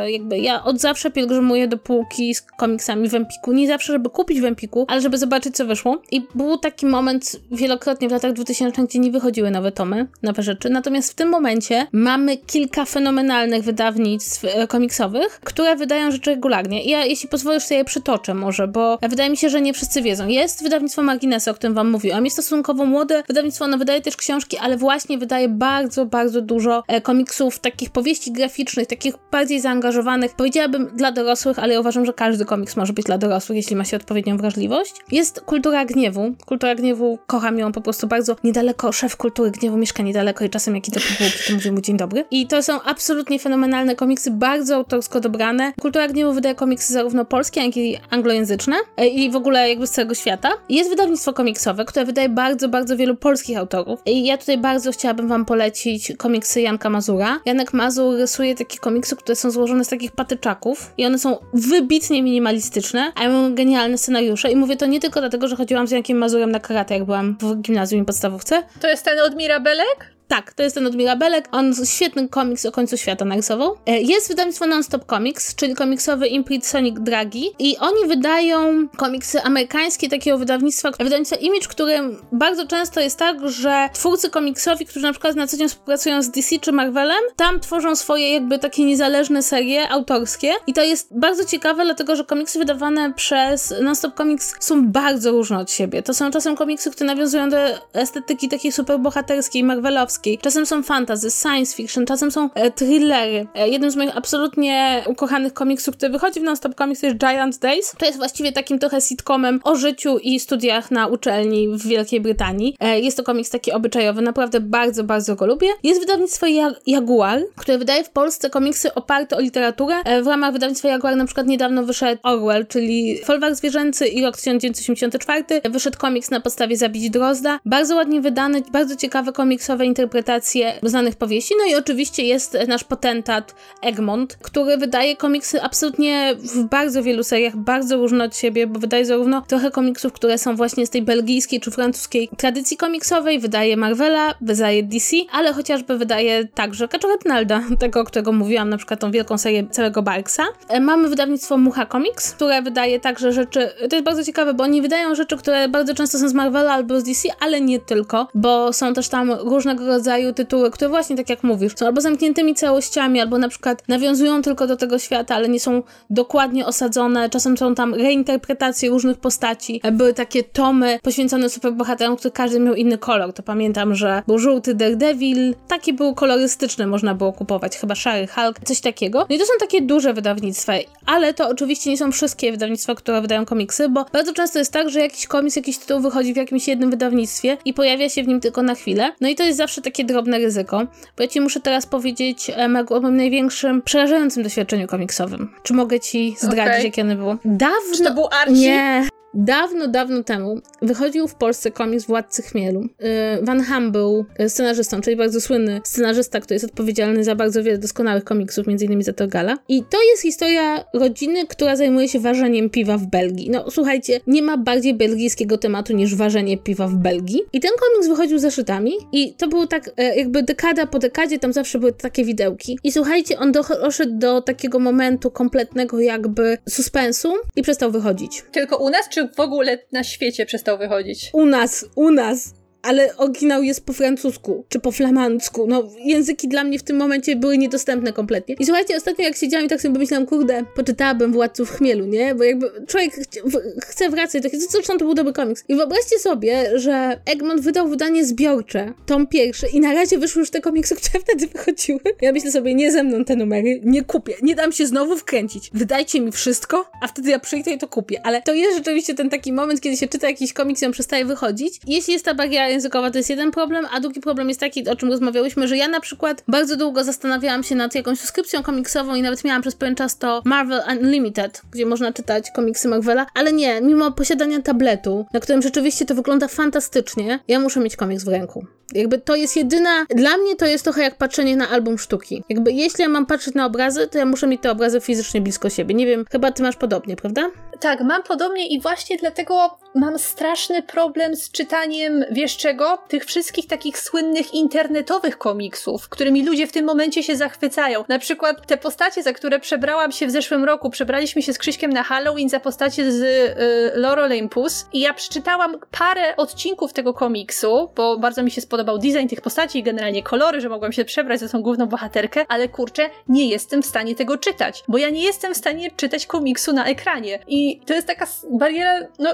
ja od zawsze pielgrzymuję do półki z komiksami w Empiku. Nie zawsze, żeby kupić w Empiku, ale żeby zobaczyć, co wyszło. I był taki moment wielokrotnie w latach 2000, gdzie nie wychodziły nowe tomy, nowe rzeczy. Natomiast w tym momencie mamy kilka fenomenalnych wydawnictw komiksowych, które wydają rzeczy regularnie. I ja, jeśli pozwolisz, sobie je przytoczę może, bo wydaje mi się, że nie wszyscy wiedzą. Jest wydawnictwo Marginesy, o którym wam mówiłam. Jest stosunkowo młode wydawnictwo, ono wydaje też książki, ale właśnie wydaje bardzo, bardzo dużo komiksów, takich powieści graficznych, takich bardziej zaangażowanych, powiedziałabym dla dorosłych, ale ja uważam, że każdy komiks może być dla dorosłych, jeśli ma się odpowiednią wrażliwość. Jest Kultura Gniewu. Kultura Gniewu, kocham ją po prostu bardzo. niedaleko, szef Kultury Gniewu mieszka niedaleko i czasem jak idę po bułki, to mówię mu dzień dobry. I to są absolutnie fenomenalne komiksy, bardzo autorsko dobrane. Kultura Gniewu wydaje komiksy zarówno polskie, jak i anglojęzyczne i w ogóle jakby z całego świata. Jest wydawnictwo komiksowe, które wydaje bardzo, bardzo wielu polskich autorów. I ja tutaj bardzo chciałabym wam polecić komiksy Janka Mazura. Janek Mazur rysuje takie komiksy, które są złożone z takich patyczaków i one są wybitnie minimalistyczne, a mają genialne scenariusze. I mówię to nie tylko dlatego, że chodziłam z Jankiem Mazurem na karate, jak byłam w gimnazjum i podstawówce. To jest ten od Mirabelek? Tak, to jest ten od Mirabelek. On świetny komiks o końcu świata narysował. Jest wydawnictwo Non-Stop Comics, czyli komiksowy Imprint Sonic Draghi i oni wydają komiksy amerykańskie takiego wydawnictwa Image, którym bardzo często jest tak, że twórcy komiksowi, którzy na przykład na co dzień współpracują z DC czy Marvelem, tam tworzą swoje jakby takie niezależne serie autorskie i to jest bardzo ciekawe, dlatego że komiksy wydawane przez Non-Stop Comics są bardzo różne od siebie. To są czasem komiksy, które nawiązują do estetyki takiej superbohaterskiej, marvelowskiej. Czasem są fantasy, science fiction, czasem są thrillery. Jednym z moich absolutnie ukochanych komiksów, który wychodzi w Non-Stop Comics, jest Giant Days. To jest właściwie takim trochę sitcomem o życiu i studiach na uczelni w Wielkiej Brytanii. Jest to komiks taki obyczajowy, naprawdę bardzo, bardzo go lubię. Jest wydawnictwo Jaguar, które wydaje w Polsce komiksy oparte o literaturę. W ramach wydawnictwa Jaguar na przykład niedawno wyszedł Orwell, czyli Folwark Zwierzęcy i rok 1984. Wyszedł komiks na podstawie Zabić Drozda. Bardzo ładnie wydany, bardzo ciekawe komiksowe interpretacje znanych powieści. No i oczywiście jest nasz potentat Egmont, który wydaje komiksy absolutnie w bardzo wielu seriach, bardzo różne od siebie, bo wydaje zarówno trochę komiksów, które są właśnie z tej belgijskiej czy francuskiej tradycji komiksowej, wydaje Marvela, wydaje DC, ale chociażby wydaje także Kaczor-Etnalda, tego, o którego mówiłam, na przykład tą wielką serię całego Barksa. Mamy wydawnictwo Mucha Comics, które wydaje także rzeczy, to jest bardzo ciekawe, bo oni wydają rzeczy, które bardzo często są z Marvela albo z DC, ale nie tylko, bo są też tam różnego rodzaju tytuły, które właśnie, tak jak mówisz, są albo zamkniętymi całościami, albo na przykład nawiązują tylko do tego świata, ale nie są dokładnie osadzone. Czasem są tam reinterpretacje różnych postaci. Były takie tomy poświęcone superbohaterom, które każdy miał inny kolor. To pamiętam, że był żółty Daredevil, taki był kolorystyczny, można było kupować, chyba szary Hulk, coś takiego. No i to są takie duże wydawnictwa, ale to oczywiście nie są wszystkie wydawnictwa, które wydają komiksy, bo bardzo często jest tak, że jakiś komiks, jakiś tytuł wychodzi w jakimś jednym wydawnictwie i pojawia się w nim tylko na chwilę. No i to jest zawsze takie drobne ryzyko, bo ja ci muszę teraz powiedzieć, Megu, o moim największym, przerażającym doświadczeniu komiksowym. Czy mogę ci zdradzić, jakie ono było? Dawno... Czy to był Archie? Nie. Dawno temu wychodził w Polsce komiks Władcy Chmielu. Van Ham był scenarzystą, czyli bardzo słynny scenarzysta, który jest odpowiedzialny za bardzo wiele doskonałych komiksów, m.in. za Torgala. I to jest historia rodziny, która zajmuje się ważeniem piwa w Belgii. No słuchajcie, nie ma bardziej belgijskiego tematu niż ważenie piwa w Belgii. I ten komiks wychodził zeszytami i to było tak jakby dekada po dekadzie, tam zawsze były takie widełki. I słuchajcie, on doszedł do takiego momentu kompletnego jakby suspensu i przestał wychodzić. Tylko u nas, czy w ogóle na świecie przestał wychodzić? U nas. Ale oryginał jest po francusku, czy po flamandzku. No, języki dla mnie w tym momencie były niedostępne kompletnie. I słuchajcie, ostatnio jak siedziałam i tak sobie pomyślałam, kurde, poczytałabym Władców Chmielu, nie? Bo jakby człowiek chce wracać do historii. Zresztą to był dobry komiks. I wyobraźcie sobie, że Egmont wydał wydanie zbiorcze, tom pierwszy, i na razie wyszły już te komiksy, które wtedy wychodziły. Ja myślę sobie, nie ze mną te numery, nie kupię, nie dam się znowu wkręcić. Wydajcie mi wszystko, a wtedy ja przyjdę i to kupię. Ale to jest rzeczywiście ten taki moment, kiedy się czyta jakiś komiks i on przestaje wychodzić. Jeśli jest ta bariera językowa, to jest jeden problem, a drugi problem jest taki, o czym rozmawiałyśmy, że ja na przykład bardzo długo zastanawiałam się nad jakąś subskrypcją komiksową i nawet miałam przez pewien czas to Marvel Unlimited, gdzie można czytać komiksy Marvela, ale nie, mimo posiadania tabletu, na którym rzeczywiście to wygląda fantastycznie, ja muszę mieć komiks w ręku. Jakby to jest jedyna... Dla mnie to jest trochę jak patrzenie na album sztuki. Jakby jeśli ja mam patrzeć na obrazy, to ja muszę mieć te obrazy fizycznie blisko siebie. Nie wiem, chyba ty masz podobnie, prawda? Tak, mam podobnie i właśnie dlatego mam straszny problem z czytaniem, wiesz czego? Tych wszystkich takich słynnych internetowych komiksów, którymi ludzie w tym momencie się zachwycają. Na przykład te postacie, za które przebrałam się w zeszłym roku, przebraliśmy się z Krzyśkiem na Halloween za postacie z Lore Olympus i ja przeczytałam parę odcinków tego komiksu, bo bardzo mi się spodobał design tych postaci i generalnie kolory, że mogłam się przebrać za tą główną bohaterkę, ale kurczę, nie jestem w stanie tego czytać, bo ja nie jestem w stanie czytać komiksu na ekranie i to jest taka bariera, no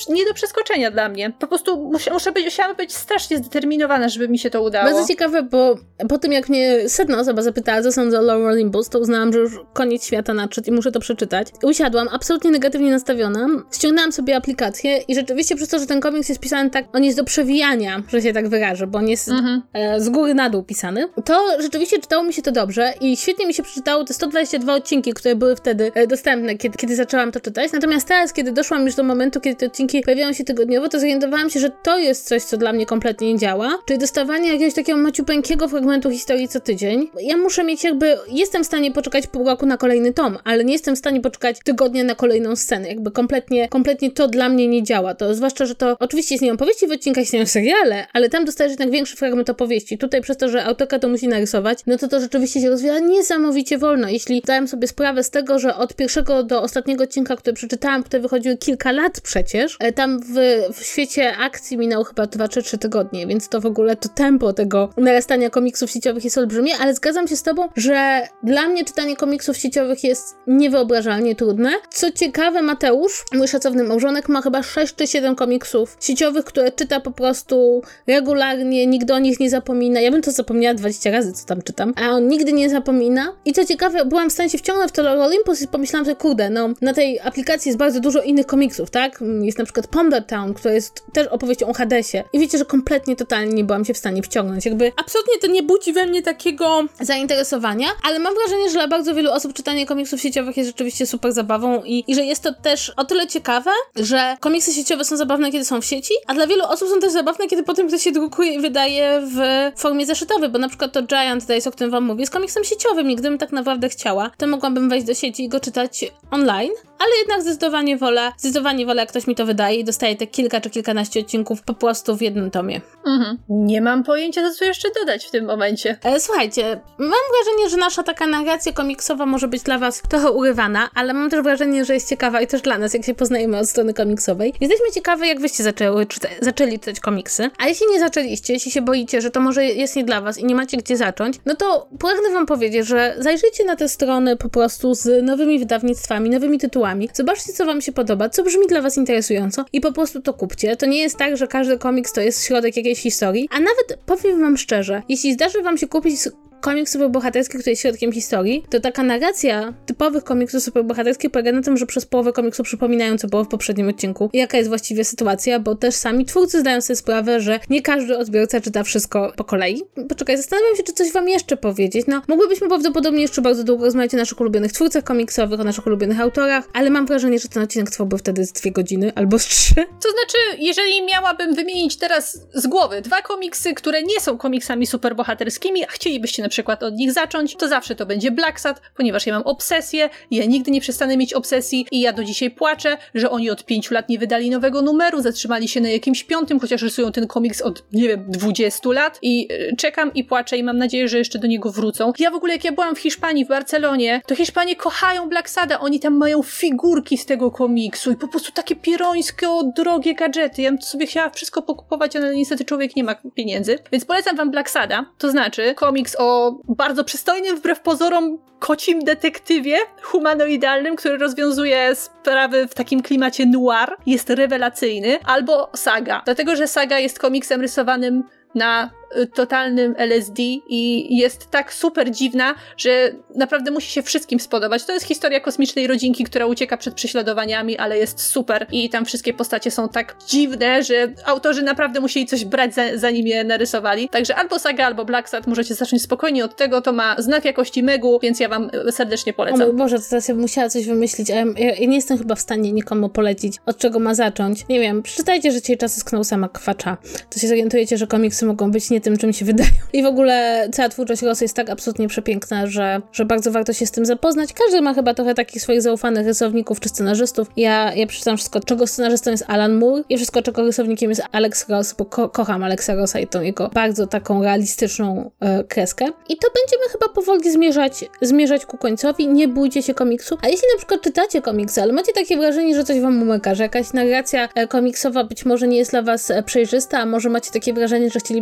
nie do przeskoczenia dla mnie. Po prostu musiałam być strasznie zdeterminowana, żeby mi się to udało. Bardzo ciekawe, bo po tym jak mnie setna osoba zapytała, co sądzę o Lore Olympus, to uznałam, że już koniec świata nadszedł i muszę to przeczytać. Usiadłam, absolutnie negatywnie nastawiona, ściągnęłam sobie aplikację i rzeczywiście przez to, że ten komiks jest pisany tak, on jest do przewijania, że się tak wyrażę, bo on jest z góry na dół pisany, to rzeczywiście czytało mi się to dobrze i świetnie mi się przeczytało te 122 odcinki, które były wtedy dostępne, kiedy zaczęłam to czytać. Natomiast teraz, kiedy doszłam już do momentu, kiedy te odcinki pojawiają się tygodniowo, to zorientowałam się, że to jest coś, co dla mnie kompletnie nie działa, czyli dostawanie jakiegoś takiego maciupeńkiego fragmentu historii co tydzień. Ja muszę mieć jestem w stanie poczekać pół roku na kolejny tom, ale nie jestem w stanie poczekać tygodnia na kolejną scenę. Kompletnie to dla mnie nie działa. To zwłaszcza, że to oczywiście istnieją powieści w odcinkach, istnieją seriale, ale tam dostajesz jednak większy fragment opowieści. Tutaj przez to, że autorka to musi narysować, no to rzeczywiście się rozwija niesamowicie wolno. Jeśli zdałem sobie sprawę z tego, że od pierwszego do ostatniego odcinka, który przeczytałam, które wychodziły kilka lat przecież, tam w świecie akcji minęło chyba 2 czy 3 tygodnie, więc to w ogóle to tempo tego narastania komiksów sieciowych jest olbrzymie, ale zgadzam się z tobą, że dla mnie czytanie komiksów sieciowych jest niewyobrażalnie trudne. Co ciekawe, Mateusz, mój szacowny małżonek, ma chyba 6 czy 7 komiksów sieciowych, które czyta po prostu regularnie, nigdy o nich nie zapomina. Ja bym to zapomniała 20 razy, co tam czytam, a on nigdy nie zapomina. I co ciekawe, byłam w stanie się wciągnąć w to Lore Olympus i pomyślałam sobie, kurde, no na tej aplikacji jest bardzo dużo innych komiksów, tak? Jest na przykład Ponder Town, która jest też opowieścią o Hadesie. I wiecie, że kompletnie, totalnie nie byłam się w stanie wciągnąć. Absolutnie to nie budzi we mnie takiego zainteresowania, ale mam wrażenie, że dla bardzo wielu osób czytanie komiksów sieciowych jest rzeczywiście super zabawą i że jest to też o tyle ciekawe, że komiksy sieciowe są zabawne, kiedy są w sieci, a dla wielu osób są też zabawne, kiedy potem ktoś się drukuje i wydaje w formie zeszytowej, bo na przykład to Giant Days, o którym wam mówię, jest komiksem sieciowym i gdybym tak naprawdę chciała, to mogłabym wejść do sieci i go czytać online, ale jednak zdecydowanie wolę, jak ktoś mi to wydaje i dostaje te kilka czy kilkanaście odcinków po prostu w jednym tomie. Nie mam pojęcia, co jeszcze dodać w tym momencie. Słuchajcie, mam wrażenie, że nasza taka narracja komiksowa może być dla was trochę urywana, ale mam też wrażenie, że jest ciekawa i też dla nas, jak się poznajemy od strony komiksowej. Jesteśmy ciekawe, jak wyście zaczęli czytać komiksy, a jeśli nie zaczęliście, jeśli się boicie, że to może jest nie dla was i nie macie gdzie zacząć, no to pragnę wam powiedzieć, że zajrzyjcie na te strony po prostu z nowymi wydawnictwami, nowymi tytułami, zobaczcie, co wam się podoba, co brzmi dla was interesująco i po prostu to kupcie. To nie jest tak, że każdy komiks to jest środek jakiejś historii, a nawet powiem wam szczerze, jeśli zdarzy wam się kupić komiks superbohaterski, który jest środkiem historii, to taka narracja typowych komiksów superbohaterskich polega na tym, że przez połowę komiksu przypominają, co było w poprzednim odcinku i jaka jest właściwie sytuacja, bo też sami twórcy zdają sobie sprawę, że nie każdy odbiorca czyta wszystko po kolei. Poczekaj, zastanawiam się, czy coś wam jeszcze powiedzieć. No, mogłybyśmy prawdopodobnie jeszcze bardzo długo rozmawiać o naszych ulubionych twórcach komiksowych, o naszych ulubionych autorach, ale mam wrażenie, że ten odcinek trwałby wtedy z 2 godziny albo z 3. To znaczy, jeżeli miałabym wymienić teraz z głowy 2 komiksy, które nie są komiksami superbohaterskimi, a chcielibyście na przykład od nich zacząć, to zawsze to będzie Blacksad, ponieważ ja mam obsesję, ja nigdy nie przestanę mieć obsesji i ja do dzisiaj płaczę, że oni od 5 lat nie wydali nowego numeru, zatrzymali się na jakimś 5, chociaż rysują ten komiks od, nie wiem, 20 lat i czekam i płaczę i mam nadzieję, że jeszcze do niego wrócą. Ja w ogóle, jak ja byłam w Hiszpanii, w Barcelonie, to Hiszpanie kochają Blacksada, oni tam mają figurki z tego komiksu i po prostu takie pierońsko drogie gadżety. Ja bym sobie chciała wszystko pokupować, ale niestety człowiek nie ma pieniędzy. Więc polecam wam Blacksada, to znaczy komiks o bardzo przystojnym, wbrew pozorom, kocim detektywie humanoidalnym, który rozwiązuje sprawy w takim klimacie noir. Jest rewelacyjny. Albo Saga. Dlatego, że Saga jest komiksem rysowanym na totalnym LSD i jest tak super dziwna, że naprawdę musi się wszystkim spodobać. To jest historia kosmicznej rodzinki, która ucieka przed prześladowaniami, ale jest super i tam wszystkie postacie są tak dziwne, że autorzy naprawdę musieli coś brać zanim je narysowali. Także albo Saga, albo Blacksad możecie zacząć spokojnie od tego, to ma znak jakości Megu, więc ja wam serdecznie polecam. O mój Boże, to teraz ja bym musiała coś wymyślić, a ja nie jestem chyba w stanie nikomu polecić, od czego ma zacząć. Nie wiem, przeczytajcie Życie i czasy Knousa McQuatcha. To się zorientujecie, że komiksy mogą być nie tym, czym się wydają. I w ogóle cała twórczość Rossy jest tak absolutnie przepiękna, że bardzo warto się z tym zapoznać. Każdy ma chyba trochę takich swoich zaufanych rysowników czy scenarzystów. Ja przeczytam wszystko, czego scenarzystą jest Alan Moore i wszystko, czego rysownikiem jest Alex Ross, bo kocham Alexa Rossa i tą jego bardzo taką realistyczną kreskę. I to będziemy chyba powoli zmierzać ku końcowi. Nie bójcie się komiksu. A jeśli na przykład czytacie komiksy, ale macie takie wrażenie, że coś wam umyka, że jakaś narracja komiksowa być może nie jest dla was przejrzysta, a może macie takie wrażenie, że chcielibyście po prostu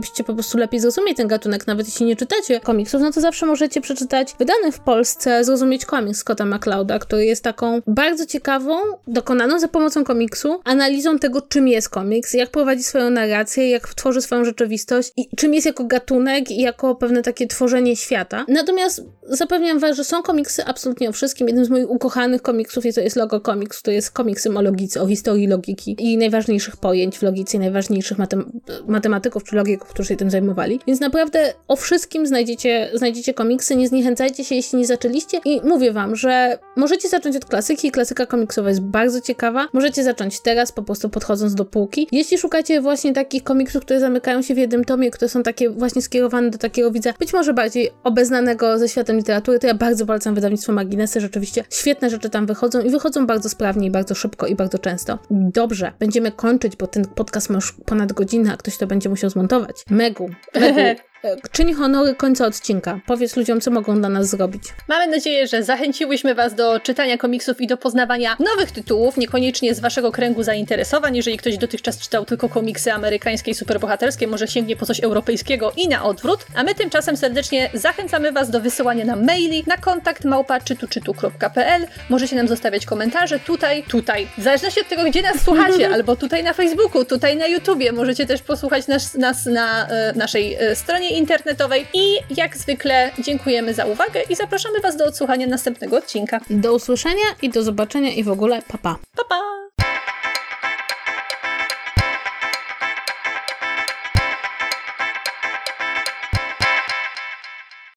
prostu lepiej zrozumieć ten gatunek, nawet jeśli nie czytacie komiksów, no to zawsze możecie przeczytać wydany w Polsce Zrozumieć komiks Scotta McClouda, który jest taką bardzo ciekawą, dokonaną za pomocą komiksu, analizą tego, czym jest komiks, jak prowadzi swoją narrację, jak tworzy swoją rzeczywistość i czym jest jako gatunek i jako pewne takie tworzenie świata. Natomiast zapewniam was, że są komiksy absolutnie o wszystkim. Jednym z moich ukochanych komiksów jest Logo Comics, to jest komiksem o logice, o historii logiki i najważniejszych pojęć w logice i najważniejszych matematyków czy logików, którzy się tym zajmowali. Więc naprawdę o wszystkim znajdziecie komiksy, nie zniechęcajcie się, jeśli nie zaczęliście i mówię wam, że możecie zacząć od klasyki, klasyka komiksowa jest bardzo ciekawa, możecie zacząć teraz, po prostu podchodząc do półki. Jeśli szukacie właśnie takich komiksów, które zamykają się w jednym tomie, które są takie właśnie skierowane do takiego widza, być może bardziej obeznanego ze światem literatury, to ja bardzo polecam wydawnictwo Magnesy, rzeczywiście świetne rzeczy tam wychodzą i wychodzą bardzo sprawnie i bardzo szybko i bardzo często. Dobrze, będziemy kończyć, bo ten podcast ma już ponad godzinę, a ktoś to będzie musiał zmontować. Megu, czyń honory końca odcinka. Powiedz ludziom, co mogą dla nas zrobić. Mamy nadzieję, że zachęciłyśmy was do czytania komiksów i do poznawania nowych tytułów, niekoniecznie z waszego kręgu zainteresowań. Jeżeli ktoś dotychczas czytał tylko komiksy amerykańskie i superbohaterskie, może sięgnie po coś europejskiego i na odwrót. A my tymczasem serdecznie zachęcamy was do wysyłania nam maili na kontakt@czytuczytu.pl. Możecie nam zostawiać komentarze tutaj, w zależności od tego, gdzie nas słuchacie, albo tutaj na Facebooku, tutaj na YouTubie. Możecie też posłuchać nas na naszej stronie internetowej i jak zwykle dziękujemy za uwagę i zapraszamy was do odsłuchania następnego odcinka. Do usłyszenia i do zobaczenia i w ogóle pa pa. Pa pa!